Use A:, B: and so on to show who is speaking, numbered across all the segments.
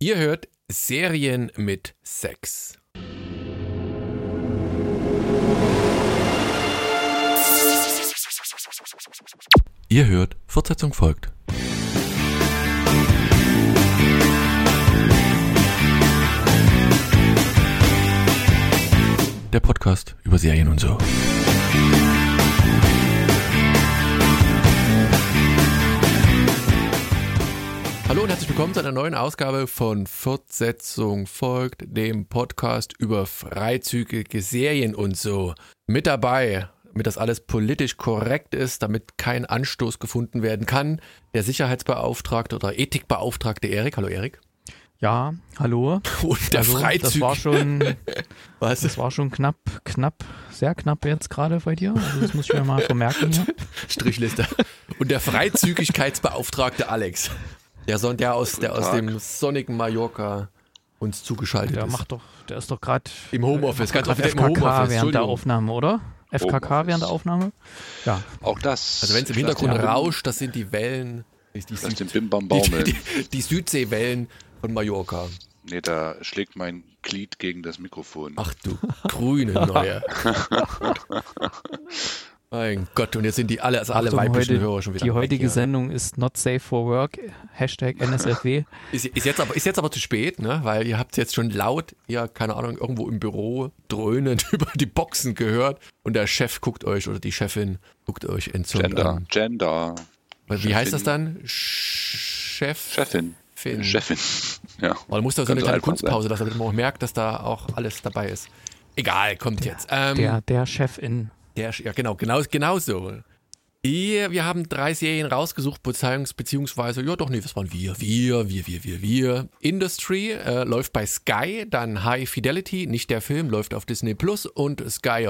A: Ihr hört Serien mit Sex. Ihr hört, Fortsetzung folgt. Der Podcast über Serien und so. Hallo und herzlich willkommen zu einer neuen Ausgabe von Fortsetzung folgt, dem Podcast über freizügige Serien und so. Mit dabei, damit das alles politisch korrekt ist, damit kein Anstoß gefunden werden kann, der Sicherheitsbeauftragte oder Ethikbeauftragte Erik. Hallo Erik.
B: Ja, hallo.
A: Und der Freizügige.
B: Das war schon knapp, sehr knapp jetzt gerade bei dir. Also das muss ich mir mal vermerken hier.
A: Strichliste. Und der Freizügigkeitsbeauftragte Alex. Der aus dem sonnigen Mallorca uns zugeschaltet ist.
B: Der ist doch gerade
A: im Homeoffice, ganz
B: offiziell im Homeoffice. Während der Aufnahme, oder? FKK während der Aufnahme? Ja.
C: Auch das.
A: Also wenn es im Hintergrund rauscht, das sind die Wellen, die Südseewellen von Mallorca.
C: Nee, da schlägt mein Glied gegen das Mikrofon.
A: Ach du grüne Neue. Mein Gott, und jetzt sind die alle weiblichen Hörer schon wieder.
B: Die heutige Sendung ist not safe for work, #NSFW.
A: Ist jetzt aber zu spät, ne? Weil ihr habt jetzt schon laut, keine Ahnung, irgendwo im Büro dröhnend über die Boxen gehört und der Chef guckt euch oder die Chefin guckt euch entzündet an.
C: Gender.
A: Wie heißt das dann? Chefin.
C: Ja.
A: Man muss da so eine kleine Kunstpause lassen, damit man auch merkt, dass da auch alles dabei ist. Egal, kommt jetzt.
B: Der Chefin.
A: Ja, genau so. Wir haben 3 Serien rausgesucht, beziehungsweise, das waren wir. Industry läuft bei Sky, dann High Fidelity, nicht der Film, läuft auf Disney Plus und Sky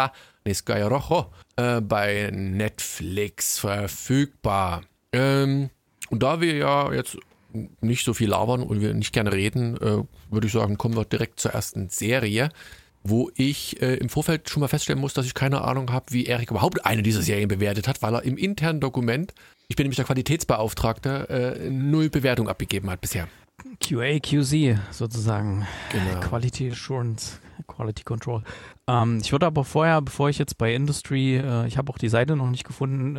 A: Rojo bei Netflix verfügbar. Und da wir ja jetzt nicht so viel labern und wir nicht gerne reden, würde ich sagen, kommen wir direkt zur ersten Serie, wo ich im Vorfeld schon mal feststellen muss, dass ich keine Ahnung habe, wie Erik überhaupt eine dieser Serien bewertet hat, weil er im internen Dokument, ich bin nämlich der Qualitätsbeauftragte, 0 Bewertung abgegeben hat bisher.
B: QA, QC sozusagen.
A: Genau.
B: Quality Assurance, Quality Control. Ich würde aber vorher, bevor ich jetzt bei Industry, ich habe auch die Seite noch nicht gefunden,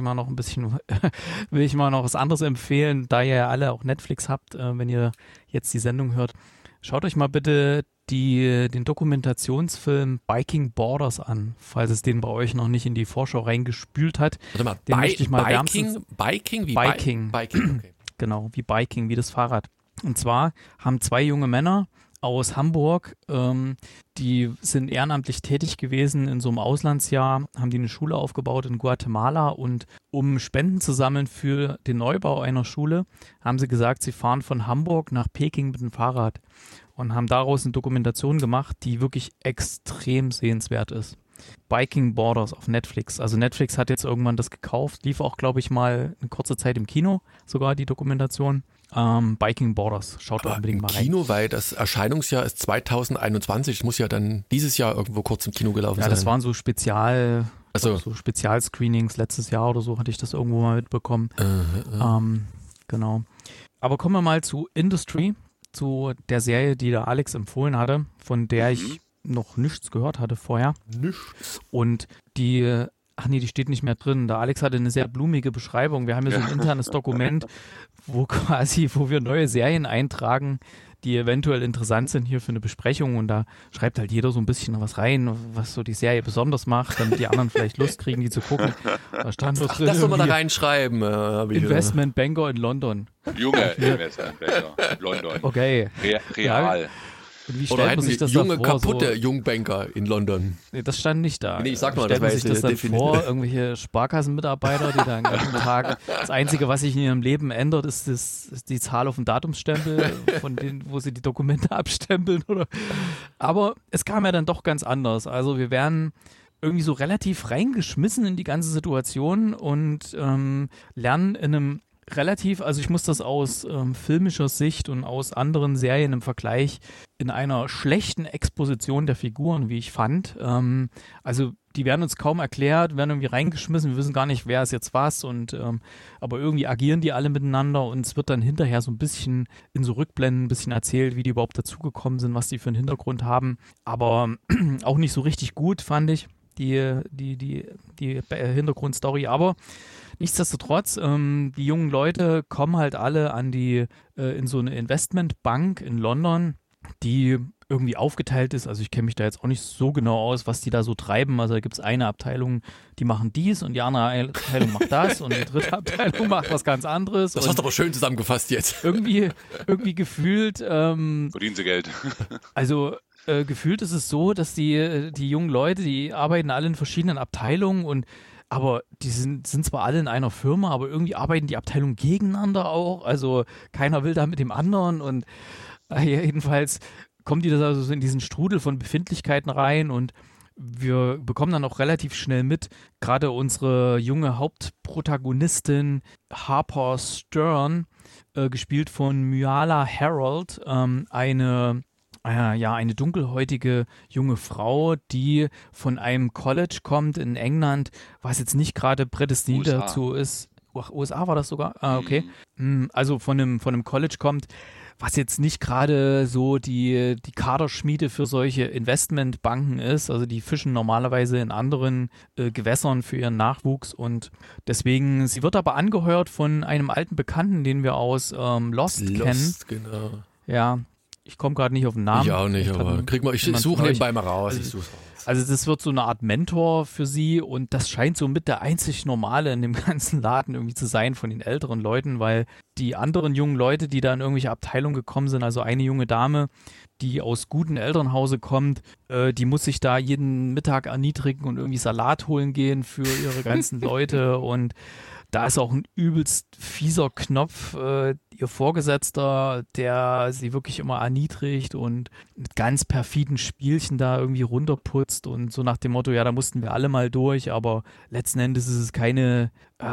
B: will ich mal noch was anderes empfehlen, da ihr ja alle auch Netflix habt, wenn ihr jetzt die Sendung hört. Schaut euch mal bitte den Dokumentationsfilm Biking Borders an, falls es den bei euch noch nicht in die Vorschau reingespült hat.
A: Warte mal,
B: den möchte ich mal
A: Biking?
B: Okay. Genau, wie Biking, wie das Fahrrad. Und zwar haben 2 junge Männer aus Hamburg, die sind ehrenamtlich tätig gewesen in so einem Auslandsjahr, haben die eine Schule aufgebaut in Guatemala und um Spenden zu sammeln für den Neubau einer Schule, haben sie gesagt, sie fahren von Hamburg nach Peking mit dem Fahrrad und haben daraus eine Dokumentation gemacht, die wirklich extrem sehenswert ist. Biking Borders auf Netflix. Also Netflix hat jetzt irgendwann das gekauft, lief auch, glaube ich, mal eine kurze Zeit im Kino, sogar die Dokumentation. Biking Borders, schaut da unbedingt mal rein.
A: Kino, weil das Erscheinungsjahr ist 2021, es muss ja dann dieses Jahr irgendwo kurz im Kino gelaufen sein.
B: Ja, das waren so Spezialscreenings letztes Jahr oder so, hatte ich das irgendwo mal mitbekommen. Genau. Aber kommen wir mal zu Industry, zu der Serie, die der Alex empfohlen hatte, von der ich noch nichts gehört hatte vorher.
A: Nichts.
B: Und die steht nicht mehr drin. Der Alex hatte eine sehr blumige Beschreibung. Wir haben hier so ein internes Dokument, wo wir neue Serien eintragen, die eventuell interessant sind hier für eine Besprechung. Und da schreibt halt jeder so ein bisschen was rein, was so die Serie besonders macht, damit die anderen vielleicht Lust kriegen, die zu gucken. Da stand was drin.
A: Das soll man da reinschreiben.
B: Investment Banker in London.
C: Junge Investment Banker in London.
B: Okay.
C: Real.
B: Ja. Und wie
A: Oder
B: stellt man sich das
A: junge,
B: da vor?
A: kaputte Jungbanker in London.
B: Nee, das stand nicht da.
A: Nee, ich sag mal,
B: stellt
A: das
B: man sich das dann vor, irgendwelche Sparkassenmitarbeiter, die da den ganzen Tag, das Einzige, was sich in ihrem Leben ändert, ist die Zahl auf dem Datumsstempel, von denen, wo sie die Dokumente abstempeln. Aber es kam ja dann doch ganz anders. Also wir werden irgendwie so relativ reingeschmissen in die ganze Situation und lernen in einem also ich muss das aus filmischer Sicht und aus anderen Serien im Vergleich in einer schlechten Exposition der Figuren, wie ich fand. Also die werden uns kaum erklärt, werden irgendwie reingeschmissen, wir wissen gar nicht, wer ist jetzt was und aber irgendwie agieren die alle miteinander und es wird dann hinterher so ein bisschen in so Rückblenden ein bisschen erzählt, wie die überhaupt dazugekommen sind, was die für einen Hintergrund haben, aber auch nicht so richtig gut, fand ich, die Hintergrundstory, aber nichtsdestotrotz, die jungen Leute kommen halt alle an in so eine Investmentbank in London, die irgendwie aufgeteilt ist. Also ich kenne mich da jetzt auch nicht so genau aus, was die da so treiben. Also da gibt es eine Abteilung, die machen dies und die andere Abteilung macht das und die dritte Abteilung macht was ganz anderes.
A: Das hast du aber schön zusammengefasst jetzt.
B: Irgendwie gefühlt.
C: Verdienen sie Geld.
B: Also gefühlt ist es so, dass die jungen Leute, die arbeiten alle in verschiedenen Abteilungen aber die sind zwar alle in einer Firma, aber irgendwie arbeiten die Abteilungen gegeneinander auch. Also keiner will da mit dem anderen und jedenfalls kommt die das also so in diesen Strudel von Befindlichkeiten rein und wir bekommen dann auch relativ schnell mit, gerade unsere junge Hauptprotagonistin Harper Stern, gespielt von Myala Harold, eine dunkelhäutige junge Frau, die von einem College kommt in England, was jetzt nicht gerade prädestiniert dazu ist. USA war das sogar? Ah, okay. Also von einem College kommt, was jetzt nicht gerade so die Kaderschmiede für solche Investmentbanken ist. Also die fischen normalerweise in anderen Gewässern für ihren Nachwuchs und deswegen, sie wird aber angeheuert von einem alten Bekannten, den wir aus Lost kennen.
A: Genau.
B: Ja, ich komme gerade nicht auf den Namen.
A: Ich auch nicht, aber ich suche nebenbei mal raus.
B: Also das wird so eine Art Mentor für sie und das scheint so mit der einzig Normale in dem ganzen Laden irgendwie zu sein von den älteren Leuten, weil die anderen jungen Leute, die da in irgendwelche Abteilungen gekommen sind, also eine junge Dame, die aus gutem Elternhause kommt, die muss sich da jeden Mittag erniedrigen und irgendwie Salat holen gehen für ihre ganzen Leute und da ist auch ein übelst fieser Knopf, ihr Vorgesetzter, der sie wirklich immer erniedrigt und mit ganz perfiden Spielchen da irgendwie runterputzt und so nach dem Motto, ja, da mussten wir alle mal durch, aber letzten Endes ist es kein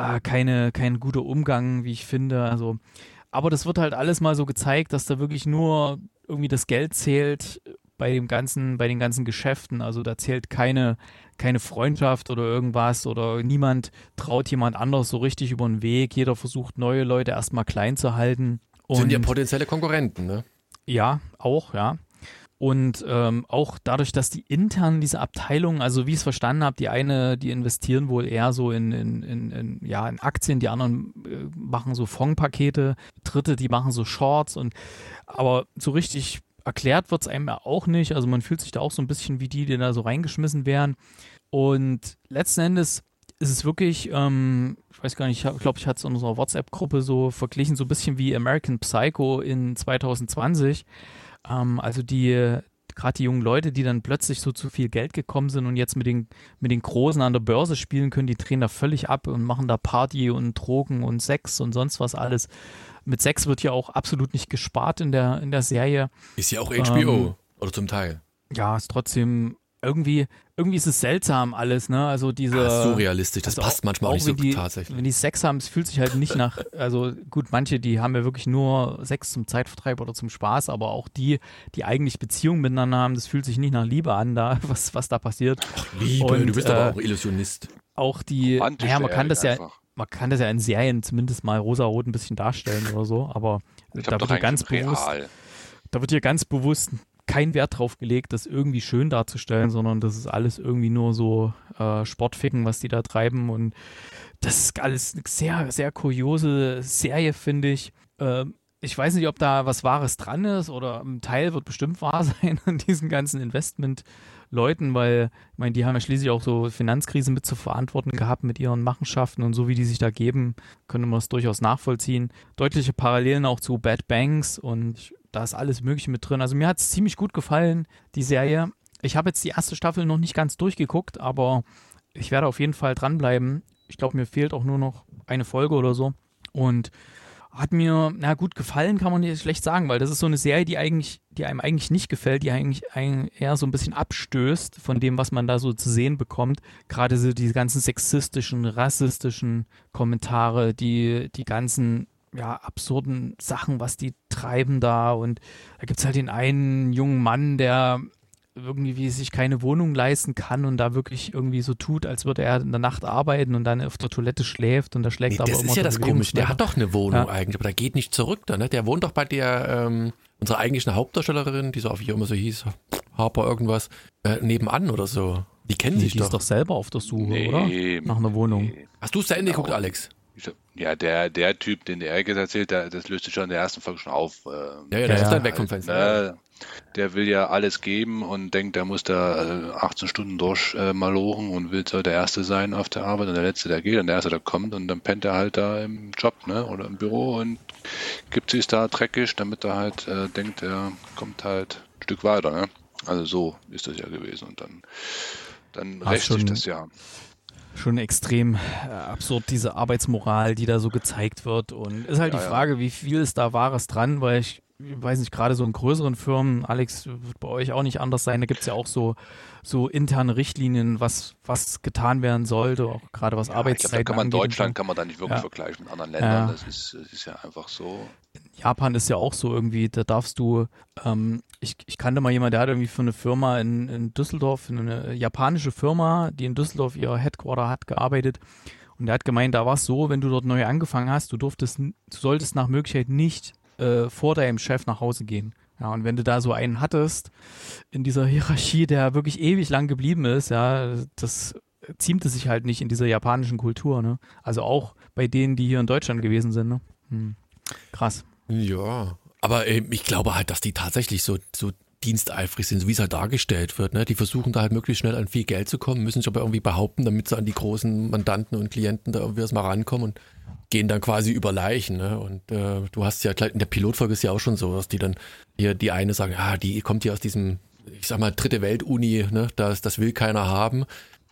B: guter Umgang, wie ich finde. Also, aber das wird halt alles mal so gezeigt, dass da wirklich nur irgendwie das Geld zählt bei den ganzen Geschäften. Also da zählt keine Freundschaft oder irgendwas oder niemand traut jemand anders so richtig über den Weg. Jeder versucht, neue Leute erstmal klein zu halten.
A: Sind ja potenzielle Konkurrenten, ne?
B: Ja, auch, ja. Und auch dadurch, dass die intern diese Abteilung, also wie ich es verstanden habe, die investieren wohl eher so in Aktien, die anderen machen so Fondspakete, Dritte, die machen so Shorts aber so richtig erklärt wird es einem ja auch nicht. Also man fühlt sich da auch so ein bisschen wie die da so reingeschmissen werden. Und letzten Endes ist es wirklich, ich weiß gar nicht, ich glaube, ich hatte es in unserer WhatsApp-Gruppe so verglichen, so ein bisschen wie American Psycho in 2020. Also gerade die jungen Leute, die dann plötzlich so zu viel Geld gekommen sind und jetzt mit den Großen an der Börse spielen können, die drehen da völlig ab und machen da Party und Drogen und Sex und sonst was alles. Mit Sex wird ja auch absolut nicht gespart in der Serie.
A: Ist ja auch HBO, oder zum Teil.
B: Ja, ist trotzdem irgendwie ist es seltsam alles, ne? Also
A: surrealistisch, das passt manchmal auch nicht so tatsächlich.
B: Wenn die Sex haben, es fühlt sich halt nicht nach, also gut, manche, die haben ja wirklich nur Sex zum Zeitvertreib oder zum Spaß, aber auch die eigentlich Beziehungen miteinander haben, das fühlt sich nicht nach Liebe an, da was da passiert.
A: Ach, Liebe, und, du bist aber auch Illusionist.
B: Auch man kann das ja in Serien zumindest mal rosarot ein bisschen darstellen oder so, aber da wird hier ganz bewusst kein Wert drauf gelegt, das irgendwie schön darzustellen, sondern das ist alles irgendwie nur so Sportficken, was die da treiben und das ist alles eine sehr, sehr kuriose Serie, finde ich. Ich weiß nicht, ob da was Wahres dran ist oder ein Teil wird bestimmt wahr sein an diesen ganzen Investment-Leuten, weil, ich meine, die haben ja schließlich auch so Finanzkrise mit zu verantworten gehabt mit ihren Machenschaften und so wie die sich da geben, könnte man das durchaus nachvollziehen. Deutliche Parallelen auch zu Bad Banks und da ist alles Mögliche mit drin. Also mir hat es ziemlich gut gefallen, die Serie. Ich habe jetzt die erste Staffel noch nicht ganz durchgeguckt, aber ich werde auf jeden Fall dranbleiben. Ich glaube, mir fehlt auch nur noch eine Folge oder so und hat mir, gut gefallen, kann man nicht schlecht sagen, weil das ist so eine Serie, die einem eigentlich nicht gefällt, die eigentlich eher so ein bisschen abstößt von dem, was man da so zu sehen bekommt. Gerade so diese ganzen sexistischen, rassistischen Kommentare, die ganzen absurden Sachen, was die treiben da und da gibt es halt den einen jungen Mann, der irgendwie sich keine Wohnung leisten kann und da wirklich irgendwie so tut, als würde er in der Nacht arbeiten und dann auf der Toilette schläft und da schlägt aber
A: das
B: immer
A: ist ja
B: der
A: das Komische. Der
B: Bewegungsmelder.
A: hat doch eine Wohnung eigentlich, aber der geht nicht zurück da, ne? Der wohnt doch bei der, unserer eigentlichen Hauptdarstellerin, die so auf immer so hieß, Harper irgendwas, nebenan oder so. Die kennen sich
B: Die
A: doch.
B: ist doch selber auf der Suche, oder? Nach einer Wohnung.
C: Nee.
A: Hast du es zu Ende geguckt, Alex?
C: Ja, der Typ, den der Erik erzählt, das löst sich schon in der ersten Folge schon auf.
A: Ja, der ist dann weg vom Fenster.
C: Der will ja alles geben und denkt, er muss da 18 Stunden durch malochen und will so der Erste sein auf der Arbeit und der Letzte, der geht und der Erste, der kommt und dann pennt er halt da im Job, ne, oder im Büro und gibt sich da dreckig, damit er halt denkt, er kommt halt ein Stück weiter, ne. Also so ist das ja gewesen und dann rächt sich das ja.
B: Schon extrem absurd, diese Arbeitsmoral, die da so gezeigt wird. Und ist halt die Frage, wie viel ist da Wahres dran, weil ich weiß nicht, gerade so in größeren Firmen, Alex, wird bei euch auch nicht anders sein, da gibt es ja auch so interne Richtlinien, was getan werden sollte, auch gerade was Arbeitszeiten
C: angeht. Da kann man
B: angeht.
C: Deutschland kann man da nicht wirklich vergleichen mit anderen Ländern, das ist ja einfach so.
B: In Japan ist ja auch so irgendwie, da darfst du, ich kannte mal jemanden, der hat irgendwie für eine Firma in Düsseldorf, für eine japanische Firma, die in Düsseldorf ihr Headquarter hat, gearbeitet. Und der hat gemeint, da war es so, wenn du dort neu angefangen hast, du solltest nach Möglichkeit nicht vor deinem Chef nach Hause gehen. Ja, und wenn du da so einen hattest in dieser Hierarchie, der wirklich ewig lang geblieben ist, ja, das ziemte sich halt nicht in dieser japanischen Kultur, ne? Also auch bei denen, die hier in Deutschland gewesen sind, ne? Krass.
A: Ja, aber ich glaube halt, dass die tatsächlich so diensteifrig sind, so wie es halt dargestellt wird. Ne? Die versuchen da halt möglichst schnell an viel Geld zu kommen, müssen sich aber irgendwie behaupten, damit sie an die großen Mandanten und Klienten da irgendwie erstmal rankommen und gehen dann quasi über Leichen. Ne? Und du hast ja, in der Pilotfolge ist ja auch schon so, dass die dann hier die eine sagen, die kommt hier aus diesem, ich sag mal, dritte Welt-Uni, ne? Das will keiner haben.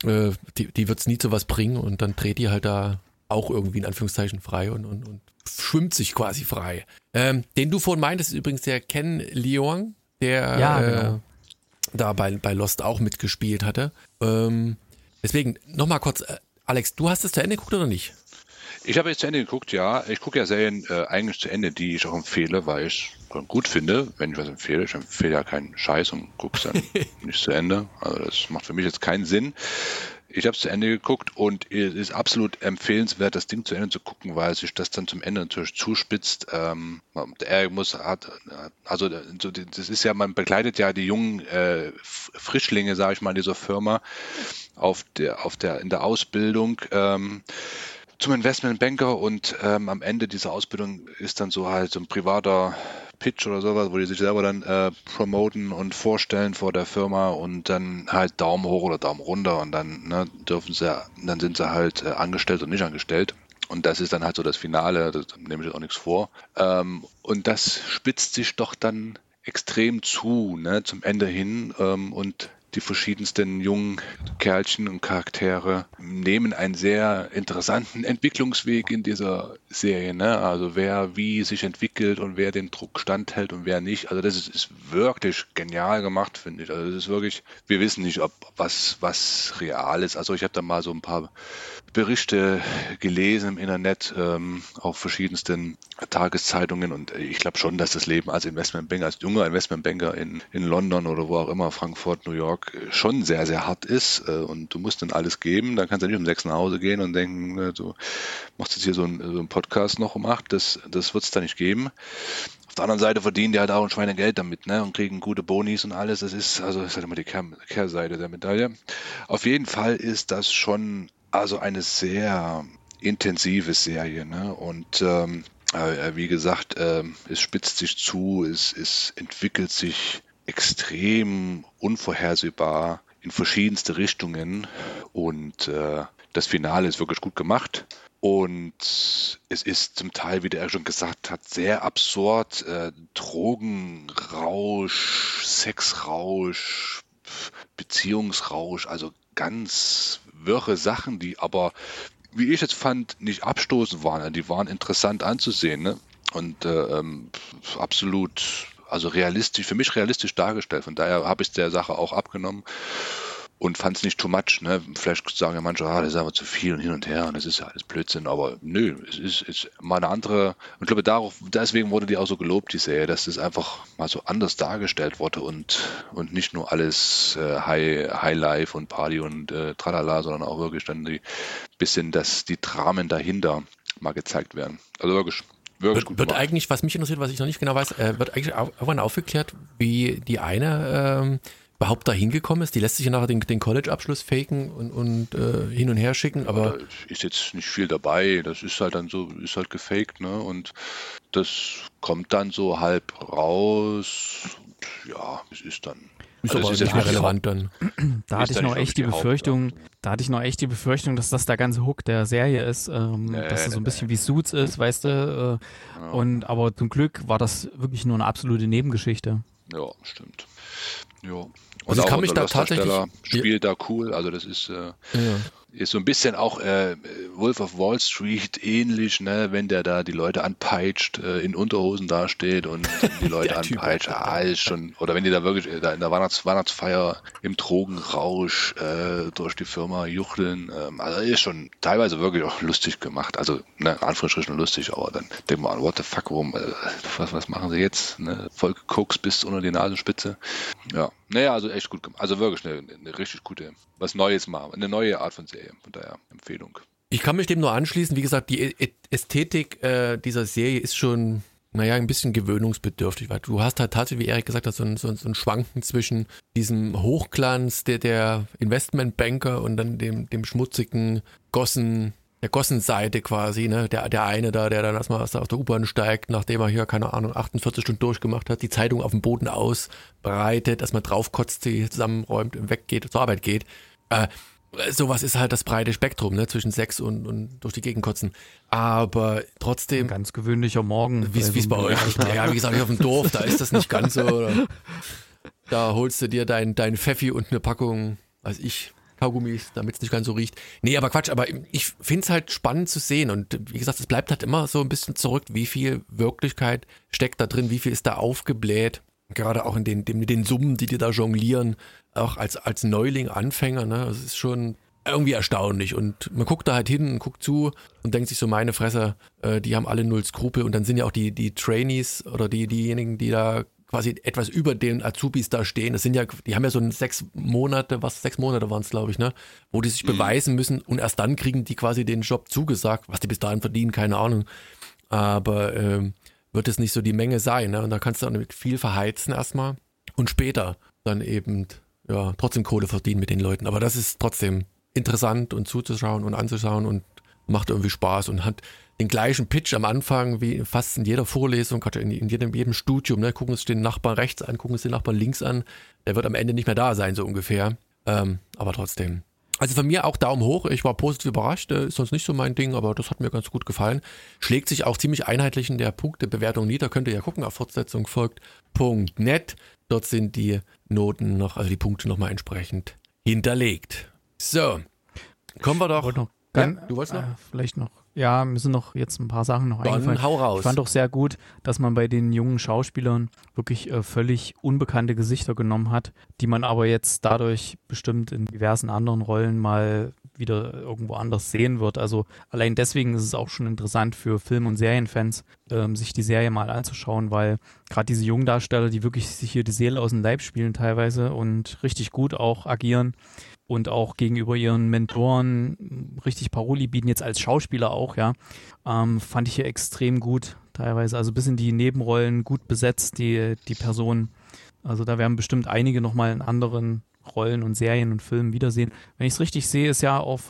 A: Die wird's nie zu was bringen und dann dreht die halt da auch irgendwie in Anführungszeichen frei und schwimmt sich quasi frei. Den du vorhin meintest, ist übrigens der Ken Leung, der
B: genau.
A: da bei Lost auch mitgespielt hatte. Deswegen nochmal kurz, Alex, du hast es zu Ende geguckt oder nicht?
C: Ich habe jetzt zu Ende geguckt, ja. Ich gucke ja Serien eigentlich zu Ende, die ich auch empfehle, weil ich es gut finde, wenn ich was empfehle. Ich empfehle ja keinen Scheiß und gucke es dann nicht zu Ende. Also das macht für mich jetzt keinen Sinn. Ich habe es zu Ende geguckt und es ist absolut empfehlenswert, das Ding zu Ende zu gucken, weil sich das dann zum Ende natürlich zuspitzt. Das ist ja, man begleitet ja die jungen Frischlinge, sage ich mal, in dieser Firma in der Ausbildung zum Investmentbanker und am Ende dieser Ausbildung ist dann so halt so ein privater Pitch oder sowas, wo die sich selber dann promoten und vorstellen vor der Firma und dann halt Daumen hoch oder Daumen runter und dann dann sind sie halt angestellt und nicht angestellt. Und das ist dann halt so das Finale, da nehme ich jetzt auch nichts vor. Und das spitzt sich doch dann extrem zu, ne, zum Ende hin und die verschiedensten jungen Kerlchen und Charaktere nehmen einen sehr interessanten Entwicklungsweg in dieser Serie, ne? Also wer wie sich entwickelt und wer den Druck standhält und wer nicht. Also das ist wirklich genial gemacht, finde ich. Also das ist wirklich, wir wissen nicht, ob was real ist. Also ich habe da mal so ein paar Berichte gelesen im Internet, auf verschiedensten Tageszeitungen und ich glaube schon, dass das Leben als Investmentbanker, als junger Investmentbanker in London oder wo auch immer, Frankfurt, New York, schon sehr, sehr hart ist und du musst dann alles geben, dann kannst du nicht um 6 nach Hause gehen und denken, du machst jetzt hier so einen Podcast noch um 8, das wird es da nicht geben. Auf der anderen Seite verdienen die halt auch ein Schweinegeld damit, ne, und kriegen gute Bonis und alles, das ist halt immer die Kehrseite der Medaille. Auf jeden Fall ist das schon eine sehr intensive Serie, ne? Und wie gesagt, es spitzt sich zu, es entwickelt sich extrem unvorhersehbar in verschiedenste Richtungen und das Finale ist wirklich gut gemacht. Und es ist zum Teil, wie der Erik schon gesagt hat, sehr absurd. Drogenrausch, Sexrausch, Beziehungsrausch, also ganz wirre Sachen, die aber, wie ich jetzt fand, nicht abstoßend waren. Die waren interessant anzusehen, ne? Und absolut, also realistisch, für mich realistisch dargestellt. Von daher habe ich der Sache auch abgenommen. und fand es nicht too much. Ne? Vielleicht sagen ja manche, das ist aber zu viel und hin und her und das ist ja alles Blödsinn, aber nö, es ist mal eine andere, und ich glaube, deswegen wurde die auch so gelobt, die Serie, dass das einfach mal so anders dargestellt wurde und nicht nur alles High Life und Party und tralala, sondern auch wirklich dann die Dramen dahinter mal gezeigt werden. Also wirklich gut
A: wird
C: gemacht.
A: eigentlich, was mich interessiert, was ich noch nicht genau weiß, wird eigentlich irgendwann aufgeklärt, wie die eine überhaupt da hingekommen ist? Die lässt sich ja nachher den College-Abschluss faken und hin und her schicken, aber...
C: Da ist jetzt nicht viel dabei, das ist halt dann so, ist halt gefaked, ne? Und das kommt dann so halb raus. Ja, es ist dann...
A: Ist
C: also
A: aber
C: es
A: nicht mehr relevant dann.
B: Da hatte ich noch echt die Befürchtung, dass das der ganze Hook der Serie ist, dass es so ein bisschen wie Suits ist, weißt du, aber zum Glück war das wirklich nur eine absolute Nebengeschichte.
C: Ja, stimmt. Ja. Und
A: Also ich
C: auch
A: kann mich
C: unser
A: da tatsächlich...
C: spielt da cool, also das ist so ein bisschen auch Wolf of Wall Street ähnlich, ne, wenn der da die Leute anpeitscht, in Unterhosen dasteht und die Leute anpeitscht, alles schon, oder wenn die da wirklich da in der Weihnachtsfeier im Drogenrausch durch die Firma juchteln, also ist schon teilweise wirklich auch lustig gemacht, also ne, in Anführungsstrichen lustig, aber dann denkt man, what the fuck, was machen sie jetzt, ne, voll gekokst bis unter die Nasenspitze, ja, naja, also echt gut gemacht, also wirklich eine richtig gute, was Neues mal, eine neue Art von Serie, von daher Empfehlung. Ich
A: kann mich dem nur anschließen, wie gesagt, die Ästhetik dieser Serie ist schon, ein bisschen gewöhnungsbedürftig, weil du hast halt tatsächlich, wie Erik gesagt hat, so ein Schwanken zwischen diesem Hochglanz der Investmentbanker und dann dem schmutzigen der Gossenseite quasi, ne, der eine da, der dann erstmal aus der U-Bahn steigt, nachdem er hier, keine Ahnung, 48 Stunden durchgemacht hat, die Zeitung auf dem Boden ausbreitet, erstmal draufkotzt, sie zusammenräumt und weggeht, zur Arbeit geht. Sowas ist halt das breite Spektrum, ne, zwischen Sex und durch die Gegend kotzen. Aber trotzdem...
B: Ein ganz gewöhnlicher Morgen.
A: Wie es bei euch ist. Ja, wie gesagt, hier auf dem Dorf, da ist das nicht ganz so. Oder? Da holst du dir dein Pfeffi und eine Packung, Kaugummis, damit es nicht ganz so riecht. Nee, aber Quatsch, aber ich finde es halt spannend zu sehen und wie gesagt, es bleibt halt immer so ein bisschen zurück, wie viel Wirklichkeit steckt da drin, wie viel ist da aufgebläht, gerade auch in den Summen, die da jonglieren, auch als Neuling, Anfänger, ne, das ist schon irgendwie erstaunlich und man guckt da halt hin und guckt zu und denkt sich so, meine Fresse, die haben alle null Skrupel und dann sind ja auch die Trainees oder diejenigen, die da quasi etwas über den Azubis da stehen. Das sind ja, die haben ja so 6 Monate waren es, glaube ich, ne, wo die sich beweisen müssen und erst dann kriegen die quasi den Job zugesagt, was die bis dahin verdienen, keine Ahnung. Aber wird es nicht so die Menge sein, ne? Und da kannst du dann mit viel verheizen erstmal und später dann eben trotzdem Kohle verdienen mit den Leuten. Aber das ist trotzdem interessant und zuzuschauen und anzuschauen und macht irgendwie Spaß und hat den gleichen Pitch am Anfang wie fast in jeder Vorlesung, in jedem Studium, ne? Gucken uns den Nachbarn rechts an, gucken uns den Nachbarn links an. Der wird am Ende nicht mehr da sein, so ungefähr. Aber trotzdem. Also von mir auch Daumen hoch. Ich war positiv überrascht. Ist sonst nicht so mein Ding, aber das hat mir ganz gut gefallen. Schlägt sich auch ziemlich einheitlich in der Punktebewertung nieder. Könnt ihr ja gucken auf Fortsetzung folgt.net. Dort sind die Noten noch, also die Punkte nochmal entsprechend hinterlegt. So, kommen wir doch.
B: Du wolltest noch? Vielleicht noch. Ja, mir sind noch jetzt ein paar Sachen noch eingefallen.
A: Dann hau raus.
B: Ich fand auch sehr gut, dass man bei den jungen Schauspielern wirklich völlig unbekannte Gesichter genommen hat, die man aber jetzt dadurch bestimmt in diversen anderen Rollen mal wieder irgendwo anders sehen wird. Also allein deswegen ist es auch schon interessant für Film- und Serienfans, sich die Serie mal anzuschauen, weil gerade diese jungen Darsteller, die wirklich sich hier die Seele aus dem Leib spielen teilweise und richtig gut auch agieren, und auch gegenüber ihren Mentoren richtig Paroli bieten, jetzt als Schauspieler auch, ja, fand ich hier extrem gut teilweise. Also bis in die Nebenrollen gut besetzt, die Personen. Also da werden bestimmt einige nochmal in anderen Rollen und Serien und Filmen wiedersehen. Wenn ich es richtig sehe, ist ja auf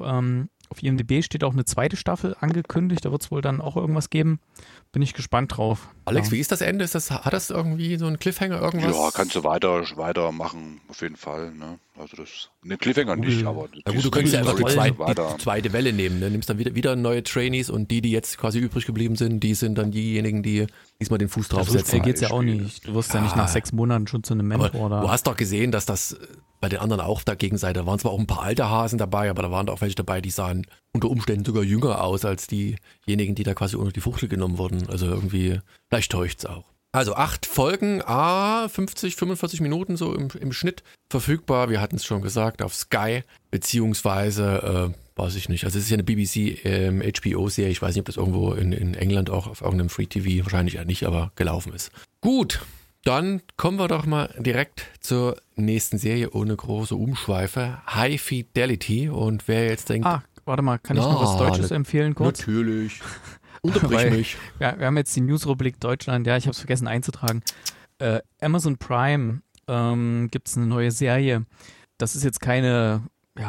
B: IMDb steht auch eine zweite Staffel angekündigt. Da wird es wohl dann auch irgendwas geben. Bin ich gespannt drauf.
A: Alex, wie ist das Ende? Hat das irgendwie so einen Cliffhanger, irgendwas?
C: Ja, kannst du weitermachen, auf jeden Fall. Ne? Also eine Cliffhanger nicht, aber...
A: Na gut, du könntest ja einfach die zweite Welle nehmen. Ne? Nimmst dann wieder neue Trainees und die jetzt quasi übrig geblieben sind, die sind dann diejenigen, die diesmal den Fuß draufsetzen.
B: So geht's ja auch nicht. Du wirst ja nicht nach 6 Monaten schon zu einem Mentor.
A: Du hast doch gesehen, dass das bei den anderen auch auf der Gegenseite, da waren zwar auch ein paar alte Hasen dabei, aber da waren auch welche dabei, die sahen unter Umständen sogar jünger aus als diejenigen, die da quasi unter die Fuchtel genommen wurden. Also irgendwie, vielleicht täuscht's auch. Also 8 Folgen, 50, 45 Minuten so im Schnitt verfügbar. Wir hatten es schon gesagt, auf Sky, beziehungsweise, weiß ich nicht. Also es ist ja eine BBC HBO-Serie. Ich weiß nicht, ob das irgendwo in England auch auf irgendeinem Free-TV, wahrscheinlich ja nicht, aber gelaufen ist. Gut, dann kommen wir doch mal direkt zur nächsten Serie ohne große Umschweife. High Fidelity. Und wer jetzt denkt...
B: Warte mal, kann ich noch was Deutsches empfehlen kurz?
A: Natürlich. Unterbrich mich.
B: Ja, wir haben jetzt die Newsrubrik Deutschland. Ja, ich habe es vergessen einzutragen. Amazon Prime gibt es eine neue Serie. Das ist jetzt keine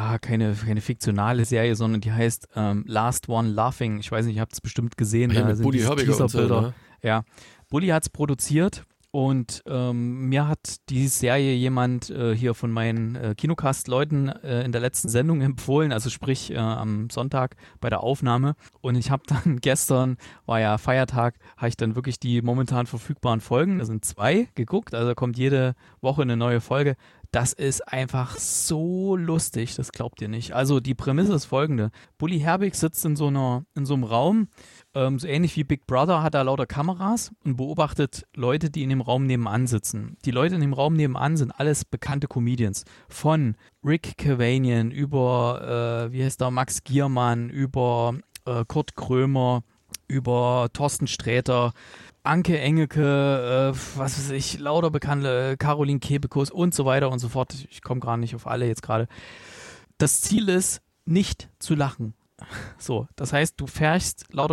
B: fiktionale Serie, sondern die heißt Last One Laughing. Ich weiß nicht, ihr habt es bestimmt gesehen.
A: Ja, mit Bully Herbig und so, ne?
B: Ja, Bully hat es produziert und mir hat die Serie jemand hier von meinen Kinocast-Leuten in der letzten Sendung empfohlen, also sprich am Sonntag bei der Aufnahme. Und ich habe dann gestern, war ja Feiertag, habe ich dann wirklich die momentan verfügbaren Folgen, das sind 2, geguckt, also kommt jede Woche eine neue Folge. Das ist einfach so lustig, das glaubt ihr nicht. Also die Prämisse ist folgende. Bully Herbig sitzt in so einem Raum, so ähnlich wie Big Brother, hat er lauter Kameras und beobachtet Leute, die in dem Raum nebenan sitzen. Die Leute in dem Raum nebenan sind alles bekannte Comedians. Von Rick Cavanian über, Max Giermann, über Kurt Krömer, über Thorsten Sträter, Anke Engelke, was weiß ich, lauter bekannte, Caroline Kebekus und so weiter und so fort. Ich komme gar nicht auf alle jetzt gerade. Das Ziel ist, nicht zu lachen. So, das heißt, du fährst lauter